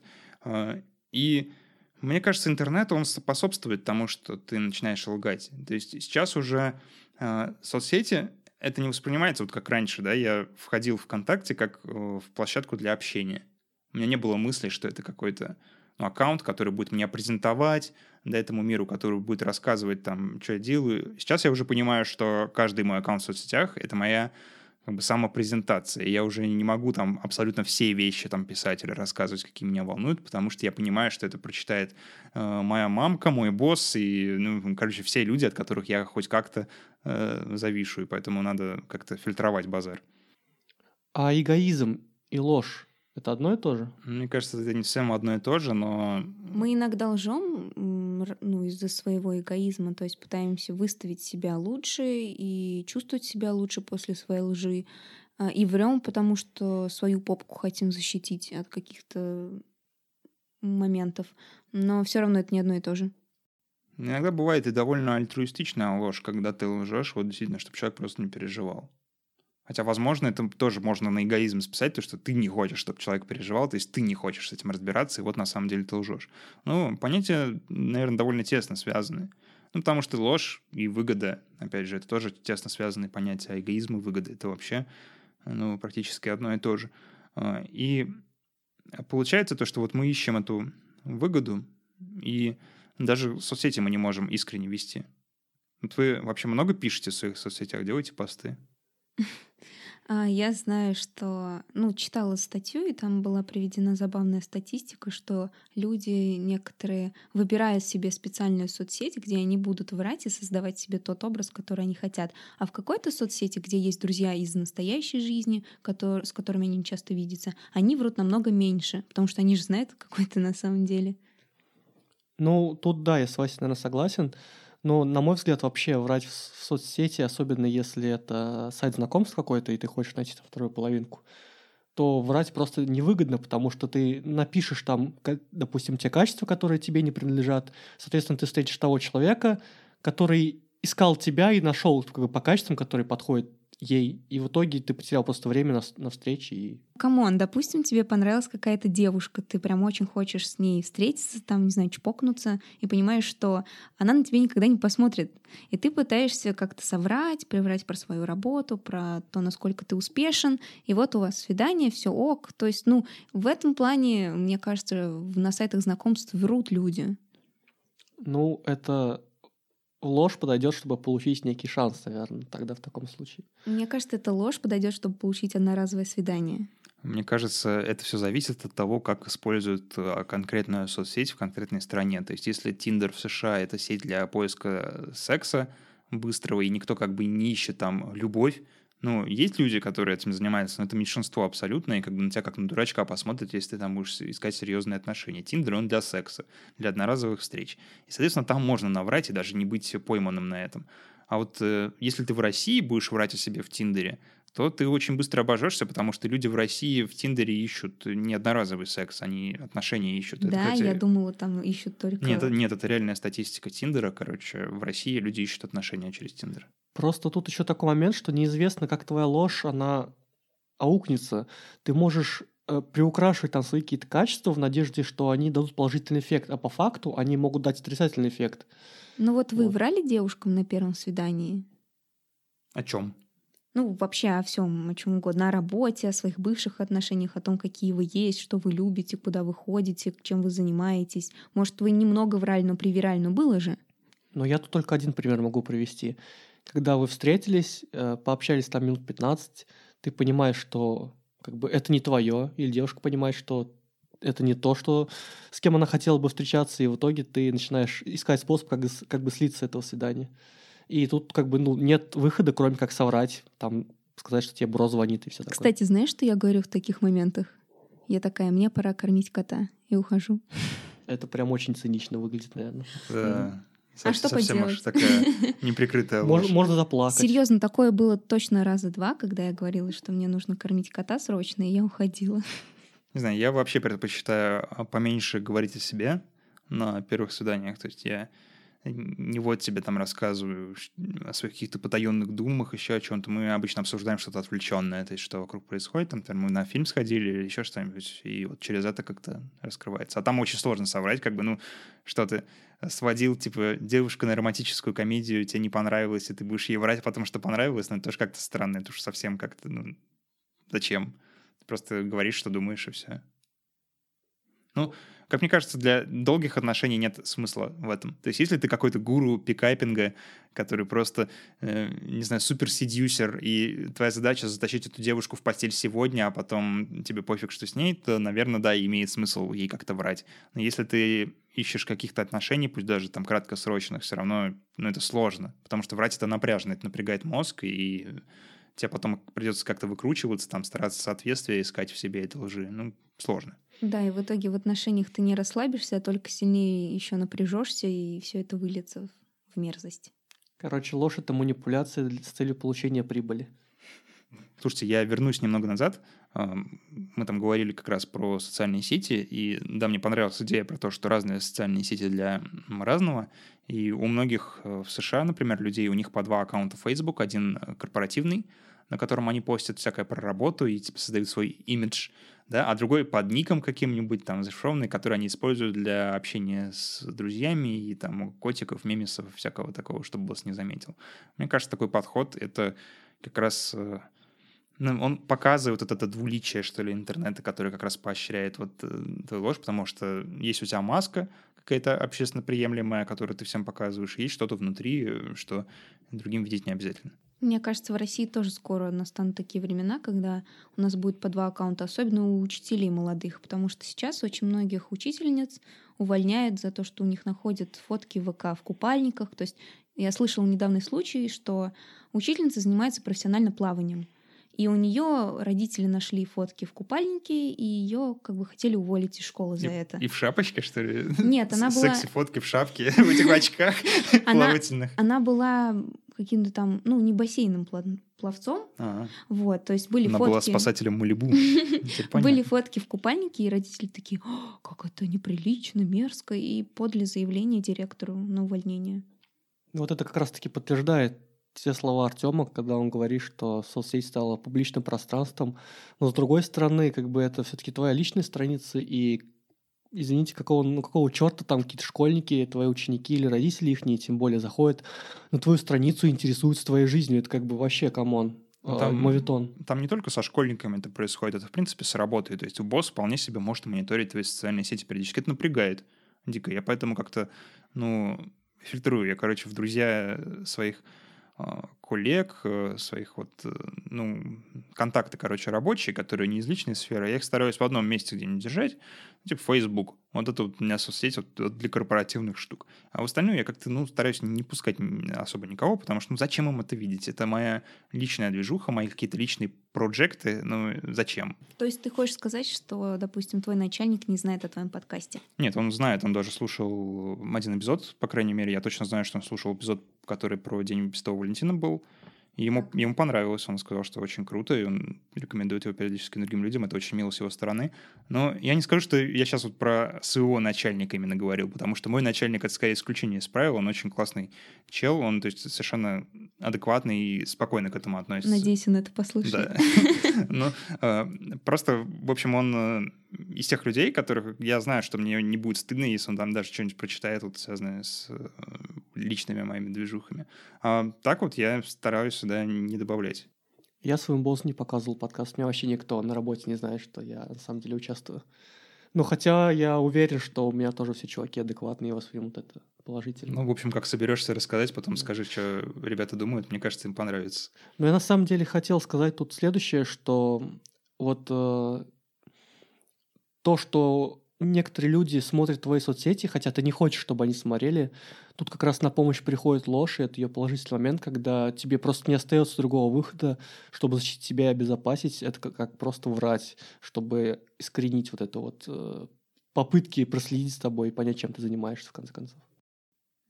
И мне кажется, интернет, он способствует тому, что ты начинаешь лгать. То есть сейчас уже соцсети, это не воспринимается вот как раньше, да, я входил в ВКонтакте как в площадку для общения. У меня не было мысли, что это какой-то аккаунт, который будет меня презентовать, да, этому миру, который будет рассказывать там, что я делаю. Сейчас я уже понимаю, что каждый мой аккаунт в соцсетях — это моя самопрезентация. И я уже не могу там абсолютно все вещи там писать или рассказывать, какие меня волнуют, потому что я понимаю, что это прочитает моя мамка, мой босс и, все люди, от которых я хоть как-то завишу, и поэтому надо как-то фильтровать базар. А эгоизм и ложь — это одно и то же? Мне кажется, это не совсем одно и то же, но... Мы иногда лжем, из-за своего эгоизма, то есть пытаемся выставить себя лучше и чувствовать себя лучше после своей лжи, и врем, потому что свою попку хотим защитить от каких-то моментов, но все равно это не одно и то же. Иногда бывает и довольно альтруистичная ложь, когда ты лжешь, вот действительно, чтобы человек просто не переживал. Хотя, возможно, это тоже можно на эгоизм списать, то, что ты не хочешь, чтобы человек переживал, то есть ты не хочешь с этим разбираться, и вот на самом деле ты лжешь. Понятия, наверное, довольно тесно связаны. Потому что ложь и выгода, опять же, это тоже тесно связанные понятия, а эгоизм и выгода — это вообще практически одно и то же. И получается то, что вот мы ищем эту выгоду, и даже в соцсети мы не можем искренне вести. Вот вы вообще много пишете в своих соцсетях, делаете посты? Я знаю, что, читала статью, и там была приведена забавная статистика, что люди некоторые выбирают себе специальную соцсеть, где они будут врать и создавать себе тот образ, который они хотят. А в какой-то соцсети, где есть друзья из настоящей жизни, с которыми они часто видятся, они врут намного меньше, потому что они же знают, какой ты на самом деле. Тут да, я с Васей, наверное, согласен. Но, на мой взгляд, вообще врать в соцсети, особенно если это сайт знакомств какой-то, и ты хочешь найти там вторую половинку, то врать просто невыгодно, потому что ты напишешь там, допустим, те качества, которые тебе не принадлежат. Соответственно, ты встретишь того человека, который искал тебя и нашел по качествам, которые подходят ей, и в итоге ты потерял просто время на встречи. И... Камон, допустим, тебе понравилась какая-то девушка, ты прям очень хочешь с ней встретиться, там, не знаю, чпокнуться, и понимаешь, что она на тебя никогда не посмотрит. И ты пытаешься как-то соврать, приврать про свою работу, про то, насколько ты успешен, и вот у вас свидание, все ок. То есть, в этом плане, мне кажется, на сайтах знакомств врут люди. Это... Ложь подойдет, чтобы получить некий шанс, наверное, тогда в таком случае. Мне кажется, эта ложь подойдет, чтобы получить одноразовое свидание. Мне кажется, это все зависит от того, как используют конкретную соцсеть в конкретной стране. То есть, если Tinder в США — это сеть для поиска секса быстрого, и никто не ищет там любовь, есть люди, которые этим занимаются, но это меньшинство абсолютно, и на тебя как на дурачка посмотрят, если ты там будешь искать серьезные отношения. Тиндер, он для секса, для одноразовых встреч. И, соответственно, там можно наврать и даже не быть пойманным на этом. А вот если ты в России будешь врать о себе в Тиндере, то ты очень быстро обожжешься, потому что люди в России в Тиндере ищут не одноразовый секс, они отношения ищут. Да, я думала, там ищут только... Нет, это реальная статистика Тиндера, в России люди ищут отношения через Тиндер. Просто тут еще такой момент, что неизвестно, как твоя ложь, она аукнется. Ты можешь приукрашивать там свои какие-то качества в надежде, что они дадут положительный эффект, а по факту они могут дать отрицательный эффект. Вы врали девушкам на первом свидании? О чем? Вообще о всем, о чем угодно, о работе, о своих бывших отношениях, о том, какие вы есть, что вы любите, куда вы ходите, чем вы занимаетесь. Может, вы немного врали, но привирали, но было же? Я тут только один пример могу привести. Когда вы встретились, пообщались там минут 15, ты понимаешь, что это не твое, или девушка понимает, что это не то, с кем она хотела бы встречаться, и в итоге ты начинаешь искать способ, как бы слиться с этого свидания. И тут нет выхода, кроме как соврать, там сказать, что тебе бро звонит и все такое. Кстати, знаешь, что я говорю в таких моментах? Я такая: мне пора кормить кота, и ухожу. Это прям очень цинично выглядит, наверное. Да. Саша, что совсем поделать? уж такая неприкрытая ложь. Можно заплакать. Серьезно, такое было точно раза два, когда я говорила, что мне нужно кормить кота срочно, и я уходила. Не знаю, я вообще предпочитаю поменьше говорить о себе на первых свиданиях. То есть я не вот тебе там рассказываю о своих каких-то потаенных думах, еще о чем-то. Мы обычно обсуждаем что-то отвлеченное, то есть что вокруг происходит. Там, например, мы на фильм сходили или еще что-нибудь, и вот через это как-то раскрывается. А там очень сложно соврать, как бы, ну, что ты сводил, типа, девушку на романтическую комедию, тебе не понравилось, и ты будешь ей врать, потому что понравилось, но это тоже как-то странно, это уж совсем как-то, ну, зачем? Ты просто говоришь, что думаешь, и все. Ну, как мне кажется, для долгих отношений нет смысла в этом. То есть если ты какой-то гуру пикапинга, который просто, не знаю, супер-седьюсер, и твоя задача затащить эту девушку в постель сегодня, а потом тебе пофиг, что с ней, то, наверное, да, имеет смысл ей как-то врать. Но если ты ищешь каких-то отношений, пусть даже там краткосрочных, все равно, ну, это сложно, потому что врать это напряжно, это напрягает мозг, и тебе потом придется как-то выкручиваться, там, стараться соответствие искать в себе этой лжи. Ну, сложно. Да, и в итоге в отношениях ты не расслабишься, а только сильнее еще напряжешься, и все это выльется в мерзость. Короче, ложь — это манипуляция с целью получения прибыли. Слушайте, я вернусь немного назад. Мы там говорили как раз про социальные сети, и да, мне понравилась идея про то, что разные социальные сети для разного, и у многих в США, например, людей, у них по 2 аккаунта Facebook, один корпоративный, на котором они постят всякое про работу и типа создают свой имидж, да, а другой под ником каким-нибудь там зашифрованный, который они используют для общения с друзьями и там котиков, мемесов, всякого такого, чтобы босс не заметил. Мне кажется, такой подход — это как раз... Ну, он показывает вот это двуличие, что ли, интернета, который как раз поощряет вот твою ложь, потому что есть у тебя маска какая-то общественно приемлемая, которую ты всем показываешь, есть что-то внутри, что другим видеть не обязательно. Мне кажется, в России тоже скоро настанут такие времена, когда у нас будет по 2 аккаунта, особенно у учителей молодых, потому что сейчас очень многих учительниц увольняют за то, что у них находят фотки в ВК в купальниках. То есть я слышала недавний случай, что учительница занимается профессионально плаванием. И у нее родители нашли фотки в купальнике, и ее как бы хотели уволить из школы за это. И в шапочке, что ли? Нет, она была... Секси-фотки в шапке, в этих очках плавательных. Она была каким-то там, ну, не бассейным пловцом. Вот, то есть были она фотки... была спасателем Малибу. Были фотки в купальнике, и родители такие: как это неприлично, мерзко, и подали заявление директору на увольнение. Вот это как раз-таки подтверждает те слова Артема, когда он говорит, что соцсеть стала публичным пространством. Но с другой стороны, как бы это все-таки твоя личная страница, и извините, какого черта там какие-то школьники, твои ученики или родители их тем более заходят на твою страницу и интересуются твоей жизнью. Это как бы вообще камон. Моветон. Там не только со школьниками это происходит, это в принципе с работой. То есть босс вполне себе может мониторить твои социальные сети периодически. Это напрягает дико. Я поэтому как-то, фильтрую. Я, в друзья своих коллег, своих контакты, рабочие, которые не из личной сферы, я их стараюсь в одном месте где-нибудь держать, типа Facebook. Вот это вот у меня соцсеть для корпоративных штук. А в остальное я как-то, стараюсь не пускать особо никого, потому что, зачем им это видеть? Это моя личная движуха, мои какие-то личные проекты, зачем? То есть ты хочешь сказать, что, допустим, твой начальник не знает о твоем подкасте? Нет, он знает, он даже слушал один эпизод, по крайней мере, я точно знаю, что он слушал эпизод, который про День Святого Валентина был. И ему понравилось, он сказал, что очень круто, и он рекомендует его периодически другим людям, это очень мило с его стороны. Но я не скажу, что я сейчас вот про своего начальника именно говорил, потому что мой начальник — это скорее исключение из правил, он очень классный чел, он, то есть, совершенно адекватный и спокойно к этому относится. Надеюсь, он это послушает. Да. Просто, в общем, он из тех людей, которых я знаю, что мне не будет стыдно, если он там даже что-нибудь прочитает, вот, связанное с личными моими движухами. А так вот я стараюсь сюда не добавлять. Я своему боссу не показывал подкаст. Меня вообще никто на работе не знает, что я на самом деле участвую. Но хотя я уверен, что у меня тоже все чуваки адекватные и воспримут это положительно. В общем, как соберешься рассказать, потом скажи, что ребята думают. Мне кажется, им понравится. Но я на самом деле хотел сказать тут следующее, что вот то, что некоторые люди смотрят твои соцсети, хотя ты не хочешь, чтобы они смотрели, тут как раз на помощь приходит ложь, и это ее положительный момент, когда тебе просто не остается другого выхода, чтобы защитить себя и обезопасить, это как просто врать, чтобы искоренить вот это вот попытки проследить с тобой и понять, чем ты занимаешься, в конце концов.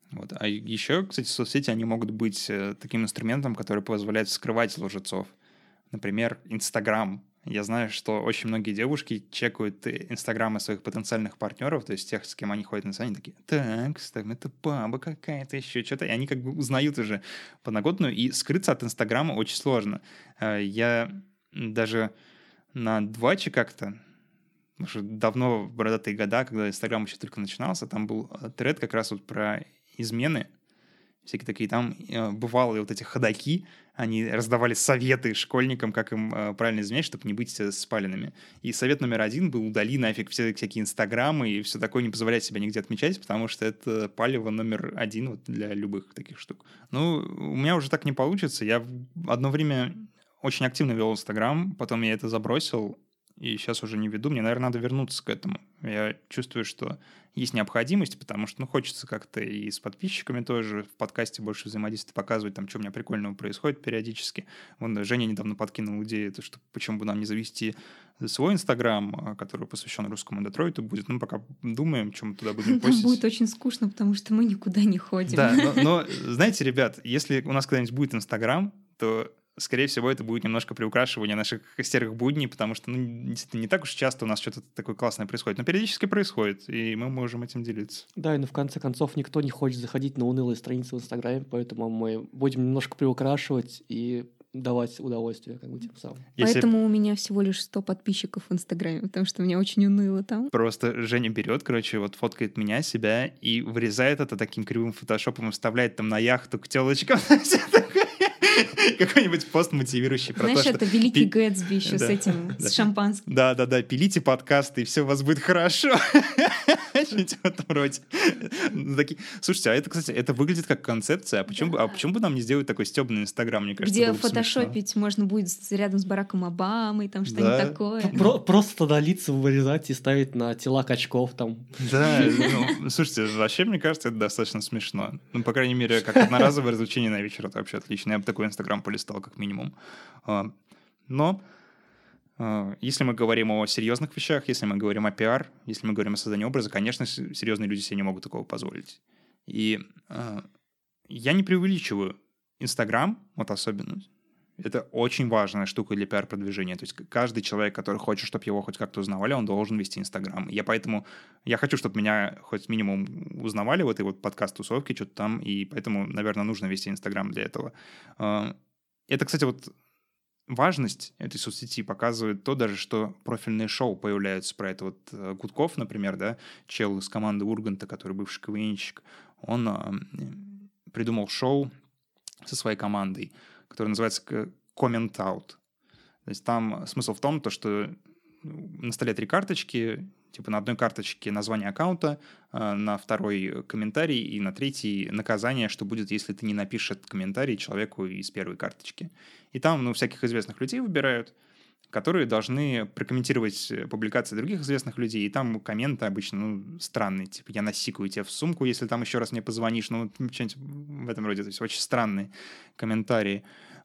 Вот. А еще, кстати, соцсети, они могут быть таким инструментом, который позволяет скрывать лжецов. Например, Инстаграм. Я знаю, что очень многие девушки чекают инстаграмы своих потенциальных партнеров, то есть тех, с кем они ходят на свидание, такие: так, это баба какая-то, еще что-то. И они как бы узнают уже подноготную, и скрыться от инстаграма очень сложно. Я даже на Дваче как-то, уже давно, в бородатые года, когда Инстаграм еще только начинался, там был тред как раз вот про измены, всякие такие. Там бывалые вот эти ходаки, они раздавали советы школьникам, как им правильно изменять, чтобы не быть спаленными. И совет номер 1 был: удали нафиг все всякие инстаграмы и все такое, не позволять себя нигде отмечать, потому что это палево номер 1 вот для любых таких штук. Ну, у меня уже так не получится. Я одно время очень активно вел Инстаграм, потом я это забросил, и сейчас уже не веду. Мне, наверное, надо вернуться к этому. Я чувствую, что есть необходимость, потому что, хочется как-то и с подписчиками тоже в подкасте больше взаимодействовать, показывать там, что у меня прикольного происходит периодически. Вон Женя недавно подкинул идею, то, что почему бы нам не завести свой Инстаграм, который посвящен русскому Детройту будет. Ну, пока думаем, чем мы туда будем постить. Там будет очень скучно, потому что мы никуда не ходим. Да, но знаете, ребят, если у нас когда-нибудь будет Инстаграм, то скорее всего, это будет немножко приукрашивание наших серых будней, потому что, действительно, не так уж часто у нас что-то такое классное происходит, но периодически происходит, и мы можем этим делиться. Да, и в конце концов никто не хочет заходить на унылые страницы в Инстаграме, поэтому мы будем немножко приукрашивать и давать удовольствие, как бы, тем самым. Поэтому у меня всего лишь 100 подписчиков в Инстаграме, потому что мне очень уныло там. Просто Женя берет, вот фоткает меня, себя, и вырезает это таким кривым фотошопом и вставляет там на яхту к телочкам. Какой-нибудь пост мотивирующий про то, что... Знаешь, это Великий Гэтсби еще с этим, с шампанским. Да-да-да, пилите подкасты, и все у вас будет хорошо. Что-нибудь в этом роде. Слушайте, а это, кстати, это выглядит как концепция. А почему бы нам не сделать такой стёбный Инстаграм, мне кажется, где фотошопить можно будет рядом с Бараком Обамой, там что-нибудь такое. Просто тогда лица вырезать и ставить на тела качков там. Да, слушайте, вообще, мне кажется, это достаточно смешно. Ну, по крайней мере, как одноразовое развлечение на вечер, это вообще отлично. Я бы такой Инстаграм полистал, как минимум. Но если мы говорим о серьезных вещах, если мы говорим о пиар, если мы говорим о создании образа, конечно, серьезные люди себе не могут такого позволить. И я не преувеличиваю. Инстаграм, вот особенно, это очень важная штука для пиар-продвижения. То есть каждый человек, который хочет, чтобы его хоть как-то узнавали, он должен вести Инстаграм. Я хочу, чтобы меня хоть минимум узнавали в этой вот подкаст-тусовке, что-то там, и поэтому, наверное, нужно вести Инстаграм для этого. Это, кстати, вот важность этой соцсети показывает то даже, что профильные шоу появляются про это. Вот Гудков, например, да, чел из команды Урганта, который бывший КВНщик, он придумал шоу со своей командой, которое называется Comment Out. То есть там смысл в том, что на столе 3 карточки, типа на одной карточке название аккаунта, на второй комментарий и на третий наказание, что будет, если ты не напишешь этот комментарий человеку из первой карточки. И там всяких известных людей выбирают, которые должны прокомментировать публикации других известных людей, и там комменты обычно странные, типа «я насикаю тебе в сумку, если там еще раз мне позвонишь», что-нибудь в этом роде, то есть очень странные комментарии.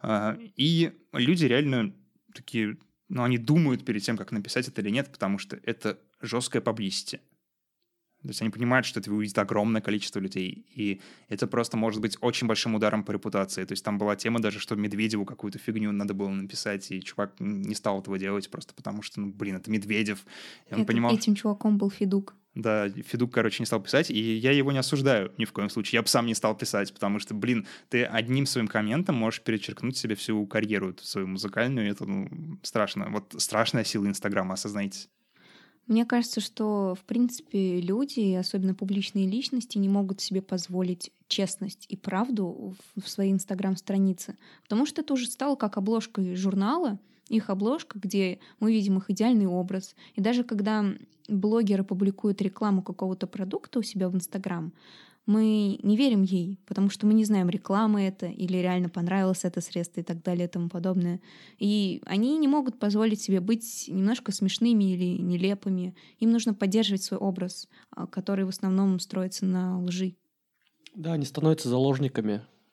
И люди реально такие, они думают перед тем, как написать это или нет, потому что это жесткое паблисити. То есть они понимают, что это увидит огромное количество людей, и это просто может быть очень большим ударом по репутации. То есть там была тема даже, что Медведеву какую-то фигню надо было написать, и чувак не стал этого делать просто потому, что, это Медведев. И он понимал... Этим чуваком был Федук. Да, Федук, не стал писать, и я его не осуждаю ни в коем случае. Я бы сам не стал писать, потому что, ты одним своим комментом можешь перечеркнуть себе всю карьеру свою музыкальную, и это, страшно. Вот страшная сила Инстаграма, осознайте. Мне кажется, что, в принципе, люди, особенно публичные личности, не могут себе позволить честность и правду в своей Инстаграм-странице, потому что это уже стало как обложка журнала, их обложка, где мы видим их идеальный образ. И даже когда блогеры публикуют рекламу какого-то продукта у себя в Инстаграм, мы не верим ей, потому что мы не знаем, реклама это или реально понравилось это средство и так далее и тому подобное. И они не могут позволить себе быть немножко смешными или нелепыми. Им нужно поддерживать свой образ, который в основном строится на лжи. Да, они становятся заложниками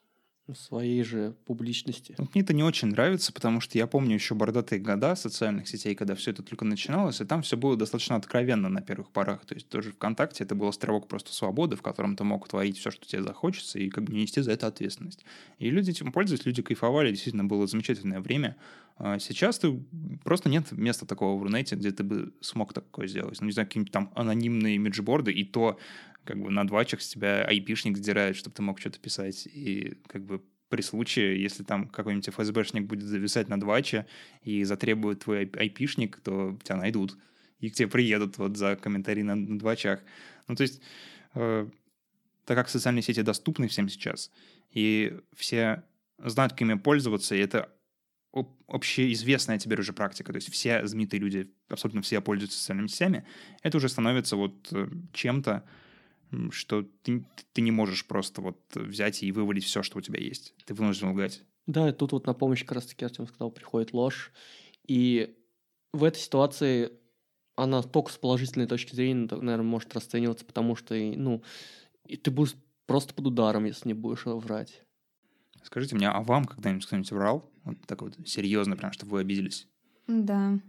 своей же публичности. Вот мне это не очень нравится, потому что я помню еще бородатые года социальных сетей, когда все это только начиналось, и там все было достаточно откровенно на первых порах. То есть тоже ВКонтакте это был островок просто свободы, в котором ты мог творить все, что тебе захочется, и как бы не нести за это ответственность. И люди этим пользовались, люди кайфовали, действительно было замечательное время. А сейчас просто нет места такого в Рунете, где ты бы смог такое сделать. Ну, не знаю, какие-нибудь там анонимные имиджборды, и то как бы на двачах с тебя айпишник сдирает, чтобы ты мог что-то писать. И как бы при случае, если там какой-нибудь ФСБшник будет зависать на дваче и затребует твой айпишник, то тебя найдут. И к тебе приедут вот за комментарий на двачах. Ну, то есть, так как социальные сети доступны всем сейчас, и все знают, как ими пользоваться, и это общеизвестная теперь уже практика. То есть все знаменитые люди, абсолютно все пользуются социальными сетями, это уже становится вот чем-то, что ты не можешь просто вот взять и вывалить все, что у тебя есть. Ты вынужден лгать. Да, и тут вот на помощь как раз-таки Артем сказал, приходит ложь. И в этой ситуации она только с положительной точки зрения, наверное, может расцениваться, потому что, ну, и ты будешь просто под ударом, если не будешь врать. Скажите мне, а вам когда-нибудь кто-нибудь врал? Вот так вот серьезно, прям, чтобы вы обиделись? Да.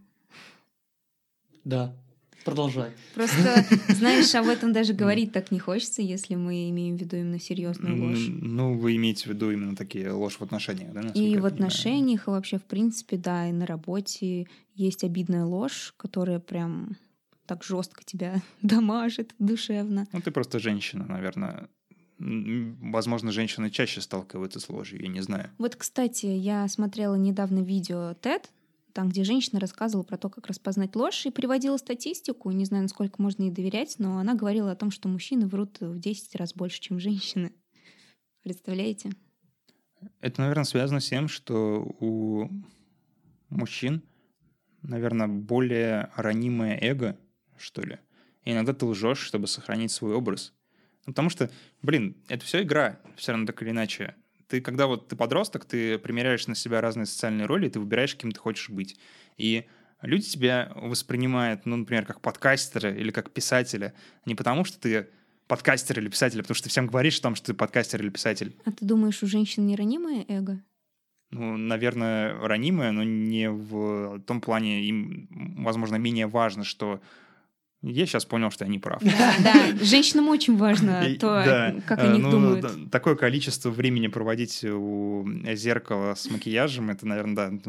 Да. Продолжай. Просто, знаешь, об этом даже говорить так не хочется, если мы имеем в виду именно серьезную ложь. Ну, вы имеете в виду именно такие ложь в отношениях, да? И в отношениях, и вообще, в принципе, да, и на работе есть обидная ложь, которая прям так жестко тебя дамажит душевно. Ну, ты просто женщина, наверное. Возможно, женщины чаще сталкиваются с ложью, я не знаю. Вот, кстати, я смотрела недавно видео TED, там, где женщина рассказывала про то, как распознать ложь, и приводила статистику, не знаю, насколько можно ей доверять, но она говорила о том, что мужчины врут в 10 раз больше, чем женщины. Представляете? Это, наверное, связано с тем, что у мужчин, наверное, более ранимое эго, что ли. И иногда ты лжешь, чтобы сохранить свой образ. Ну, потому что, это все игра, все равно так или иначе. Когда вот ты подросток, ты примеряешь на себя разные социальные роли, и ты выбираешь, кем ты хочешь быть. И люди тебя воспринимают, ну, например, как подкастера или как писателя, не потому что ты подкастер или писатель, а потому что ты всем говоришь о том, что ты подкастер или писатель. А ты думаешь, у женщин не ранимое эго? Ну, наверное, ранимое, но не в том плане, им, возможно, менее важно, что... Я сейчас понял, что я не прав. Да, женщинам очень важно то, как о них думают. Такое количество времени проводить у зеркала с макияжем, это, наверное,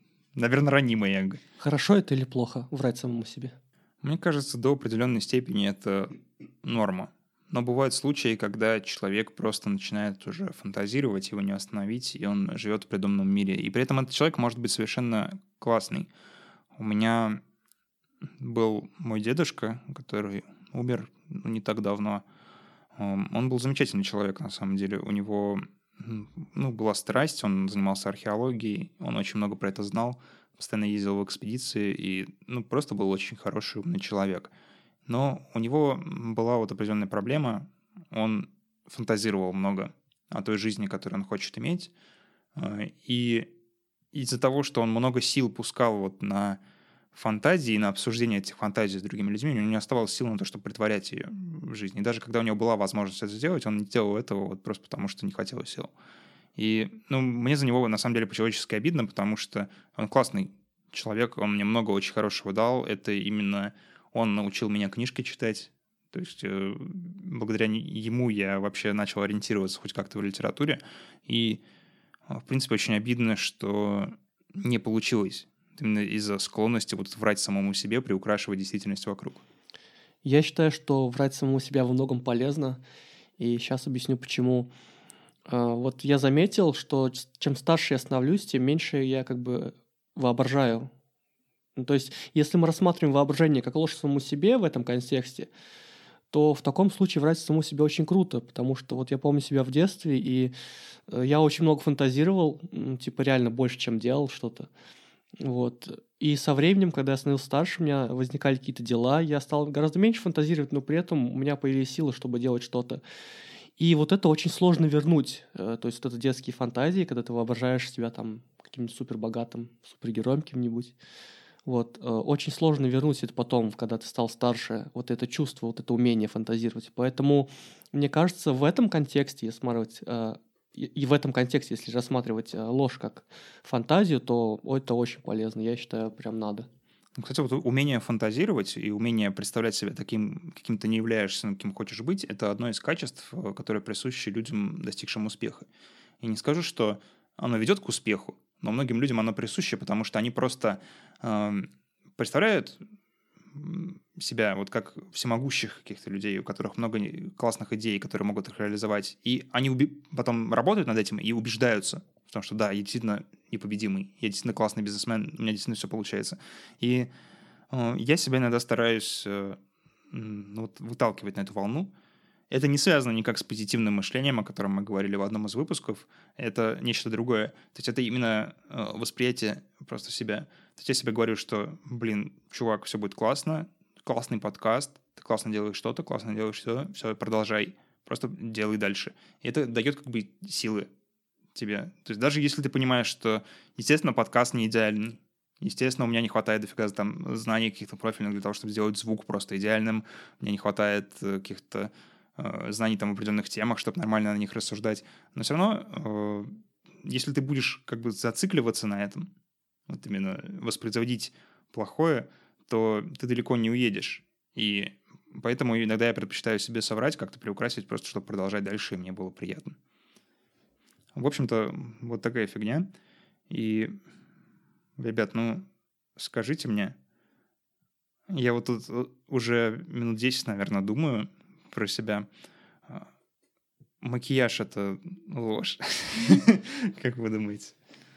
ранимое эго. Хорошо это или плохо врать самому себе? Мне кажется, до определенной степени это норма. Но бывают случаи, когда человек просто начинает уже фантазировать, его не остановить, и он живет в придуманном мире. И при этом этот человек может быть совершенно классный. У меня был мой дедушка, который умер не так давно. Он был замечательный человек, на самом деле. У него была страсть, он занимался археологией, он очень много про это знал, постоянно ездил в экспедиции и просто был очень хороший, умный человек. Но у него была вот определенная проблема. Он фантазировал много о той жизни, которую он хочет иметь. И из-за того, что он много сил пускал вот на фантазии, на обсуждение этих фантазий с другими людьми, у него не оставалось сил на то, чтобы притворять ее в жизни. И даже когда у него была возможность это сделать, он не делал этого вот просто потому, что не хотел сил. И мне за него на самом деле по-человечески обидно, потому что он классный человек, он мне много очень хорошего дал. Это именно он научил меня книжки читать. То есть благодаря ему я вообще начал ориентироваться хоть как-то в литературе. И, в принципе, очень обидно, что не получилось именно из-за склонности вот врать самому себе, приукрашивать действительность вокруг. Я считаю, что врать самому себя во многом полезно. И сейчас объясню, почему. Вот я заметил, что чем старше я становлюсь, тем меньше я как бы воображаю. То есть, если мы рассматриваем воображение как ложь самому себе в этом контексте, то в таком случае врать самому себе очень круто, потому что вот я помню себя в детстве, и я очень много фантазировал, реально больше, чем делал что-то. Вот. И со временем, когда я становился старше, у меня возникали какие-то дела, я стал гораздо меньше фантазировать, но при этом у меня появились силы, чтобы делать что-то. И вот это очень сложно вернуть. То есть вот это детские фантазии, когда ты воображаешь себя там каким-нибудь супербогатым, супергероем каким-нибудь. Вот. Очень сложно вернуть это потом, когда ты стал старше, вот это чувство, вот это умение фантазировать. Поэтому, мне кажется, в этом контексте, если смотреть, и в этом контексте, если рассматривать ложь как фантазию, то это очень полезно. Я считаю, прям надо. Кстати, вот умение фантазировать и умение представлять себя таким, каким ты не являешься, каким хочешь быть, это одно из качеств, которое присуще людям, достигшим успеха. И не скажу, что оно ведет к успеху, но многим людям оно присуще, потому что они просто представляют себя вот как всемогущих каких-то людей, у которых много классных идей, которые могут их реализовать. И они потом работают над этим и убеждаются в том, что да, я действительно непобедимый, я действительно классный бизнесмен, у меня действительно все получается. И я себя иногда стараюсь выталкивать на эту волну. Это не связано никак с позитивным мышлением, о котором мы говорили в одном из выпусков. Это нечто другое. То есть это именно восприятие просто себя. То есть я себе говорю, что, чувак, все будет классно, классный подкаст, ты классно делаешь что-то, классно делаешь что-то, все, продолжай, просто делай дальше. И это дает как бы силы тебе. То есть даже если ты понимаешь, что, естественно, подкаст не идеальный, естественно, у меня не хватает дофига там знаний каких-то профильных для того, чтобы сделать звук просто идеальным, мне не хватает каких-то знаний там в определенных темах, чтобы нормально на них рассуждать. Но все равно, если ты будешь как бы зацикливаться на этом, вот именно воспроизводить плохое, то ты далеко не уедешь. И поэтому иногда я предпочитаю себе соврать, как-то приукрасить, просто чтобы продолжать дальше, и мне было приятно. В общем-то, вот такая фигня. И, ребят, скажите мне, я вот тут уже минут 10, наверное, думаю про себя. Макияж — это ложь. Как вы думаете?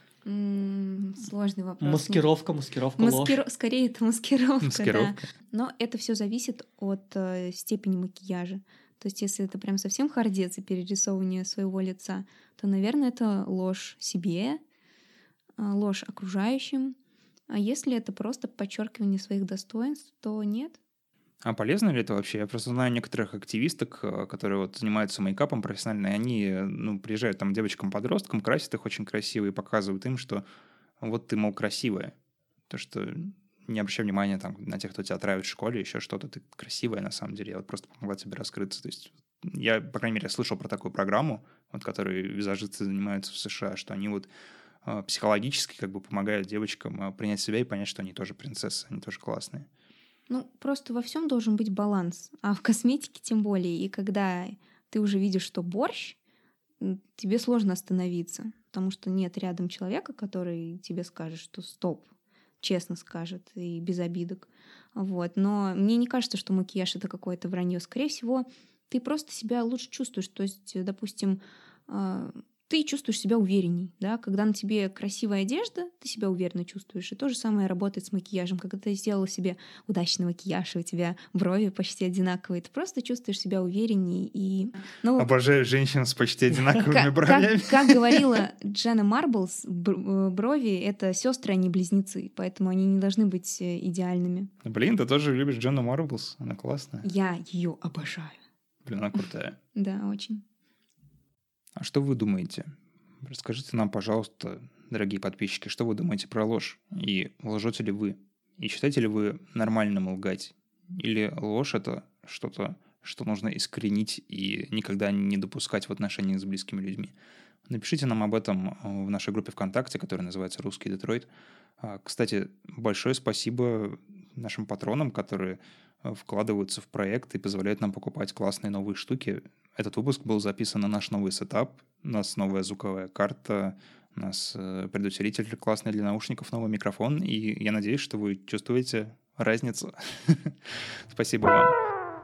Сложный вопрос. Маскировка, ложь. Скорее, это маскировка, Маскировка. да. Но это все зависит от степени макияжа. То есть, если это прям совсем хардец и перерисовывание своего лица, то, наверное, это ложь себе, ложь окружающим. А если это просто подчеркивание своих достоинств, то нет. А полезно ли это вообще? Я просто знаю некоторых активисток, которые вот занимаются мейкапом профессионально, и они приезжают там девочкам-подросткам, красят их очень красиво и показывают им, что вот ты, мол, красивая. То, что не обращай внимания там, на тех, кто тебя травит в школе, еще что-то, ты красивая на самом деле, я вот просто помогла тебе раскрыться. То есть я, по крайней мере, слышал про такую программу, вот, которой визажисты занимаются в США, что они вот психологически как бы помогают девочкам принять себя и понять, что они тоже принцессы, они тоже классные. Просто во всем должен быть баланс, а в косметике тем более. И когда ты уже видишь, что борщ, тебе сложно остановиться, потому что нет рядом человека, который тебе скажет, что стоп, честно скажет и без обидок. Вот. Но мне не кажется, что макияж — это какое-то вранье. Скорее всего, ты просто себя лучше чувствуешь. То есть, допустим, ты чувствуешь себя уверенней, да, когда на тебе красивая одежда, ты себя уверенно чувствуешь. И то же самое работает с макияжем. Когда ты сделала себе удачный макияж, и у тебя брови почти одинаковые, ты просто чувствуешь себя уверенней. И... Обожаю женщин с почти одинаковыми бровями. Как говорила Дженна Марблс, брови — это сестры, а не близнецы, поэтому они не должны быть идеальными. Ты тоже любишь Дженну Марблс? Она классная. Я ее обожаю. Она крутая. Да, очень. А что вы думаете? Расскажите нам, пожалуйста, дорогие подписчики, что вы думаете про ложь? И лжете ли вы? И считаете ли вы нормальным лгать? Или ложь — это что-то, что нужно искоренить и никогда не допускать в отношениях с близкими людьми? Напишите нам об этом в нашей группе ВКонтакте, которая называется «Русский Детройт». Кстати, большое спасибо нашим патронам, которые вкладываются в проект и позволяют нам покупать классные новые штуки. Этот выпуск был записан на наш новый сетап. У нас новая звуковая карта, у нас предусилитель классный для наушников, новый микрофон. И я надеюсь, что вы чувствуете разницу. Спасибо вам.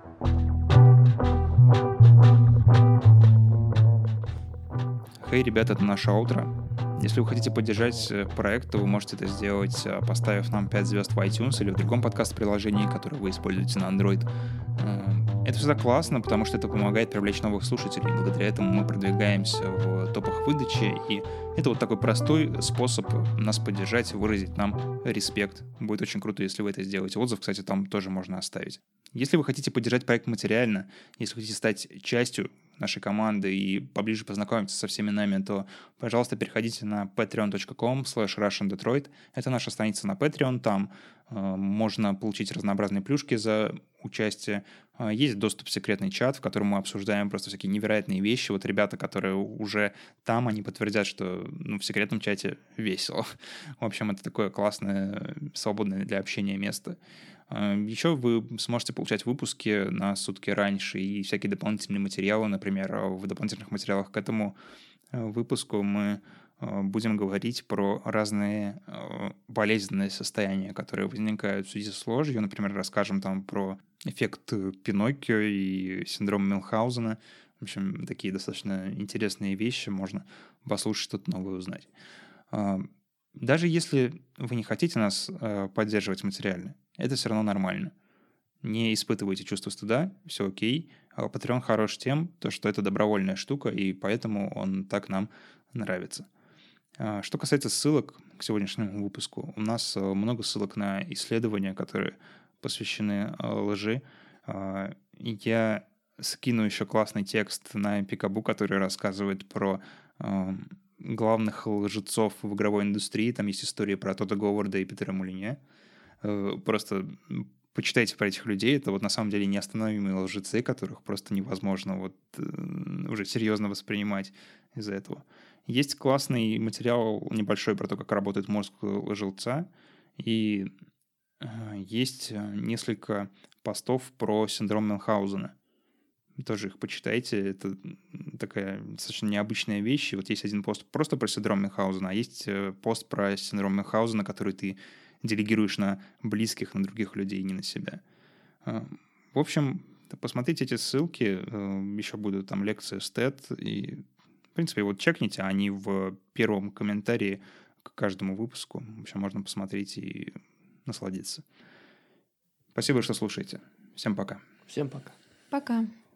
Хей, ребята, это наше аутро. Если вы хотите поддержать проект, то вы можете это сделать, поставив нам 5 звезд в iTunes или в другом подкаст-приложении, которое вы используете на Android. Это всегда классно, потому что это помогает привлечь новых слушателей. Благодаря этому мы продвигаемся в топах выдачи, и это вот такой простой способ нас поддержать и выразить нам респект. Будет очень круто, если вы это сделаете. Отзыв, кстати, там тоже можно оставить. Если вы хотите поддержать проект материально, если вы хотите стать частью нашей команды и поближе познакомиться со всеми нами, то, пожалуйста, переходите на patreon.com/RussianDetroit. Это наша страница на Patreon. Там можно получить разнообразные плюшки за участие. Есть доступ в секретный чат, в котором мы обсуждаем просто всякие невероятные вещи. Вот ребята, которые уже там, они подтвердят, что в секретном чате весело. В общем, это такое классное, свободное для общения место. Еще вы сможете получать выпуски на сутки раньше и всякие дополнительные материалы. Например, в дополнительных материалах к этому выпуску мы будем говорить про разные болезненные состояния, которые возникают в связи с ложью. Например, расскажем там про эффект Пиноккио и синдром Мюнхгаузена. В общем, такие достаточно интересные вещи. Можно послушать, что-то новое узнать. Даже если вы не хотите нас поддерживать материально, это все равно нормально. Не испытывайте чувство стыда, все окей. Patreon хорош тем, что это добровольная штука, и поэтому он так нам нравится. Что касается ссылок к сегодняшнему выпуску, у нас много ссылок на исследования, которые посвящены лжи. Я скину еще классный текст на Пикабу, который рассказывает про главных лжецов в игровой индустрии. Там есть история про Тодда Говарда и Питера Мулинье. Просто почитайте про этих людей. Это вот на самом деле неостановимые лжецы, которых просто невозможно вот уже серьезно воспринимать из-за этого. Есть классный материал небольшой про то, как работает мозг лжеца. И есть несколько постов про синдром Мюнхгаузена. Тоже их почитайте. Это такая достаточно необычная вещь. И вот есть один пост просто про синдром Мюнхгаузена, а есть пост про синдром Мюнхгаузена, который ты делегируешь на близких, на других людей, не на себя. В общем, посмотрите эти ссылки. Еще будут там лекции СТЭТ. И, в принципе, вот чекните, они в первом комментарии к каждому выпуску. В общем, можно посмотреть и насладиться. Спасибо, что слушаете. Всем пока. Всем пока. Пока.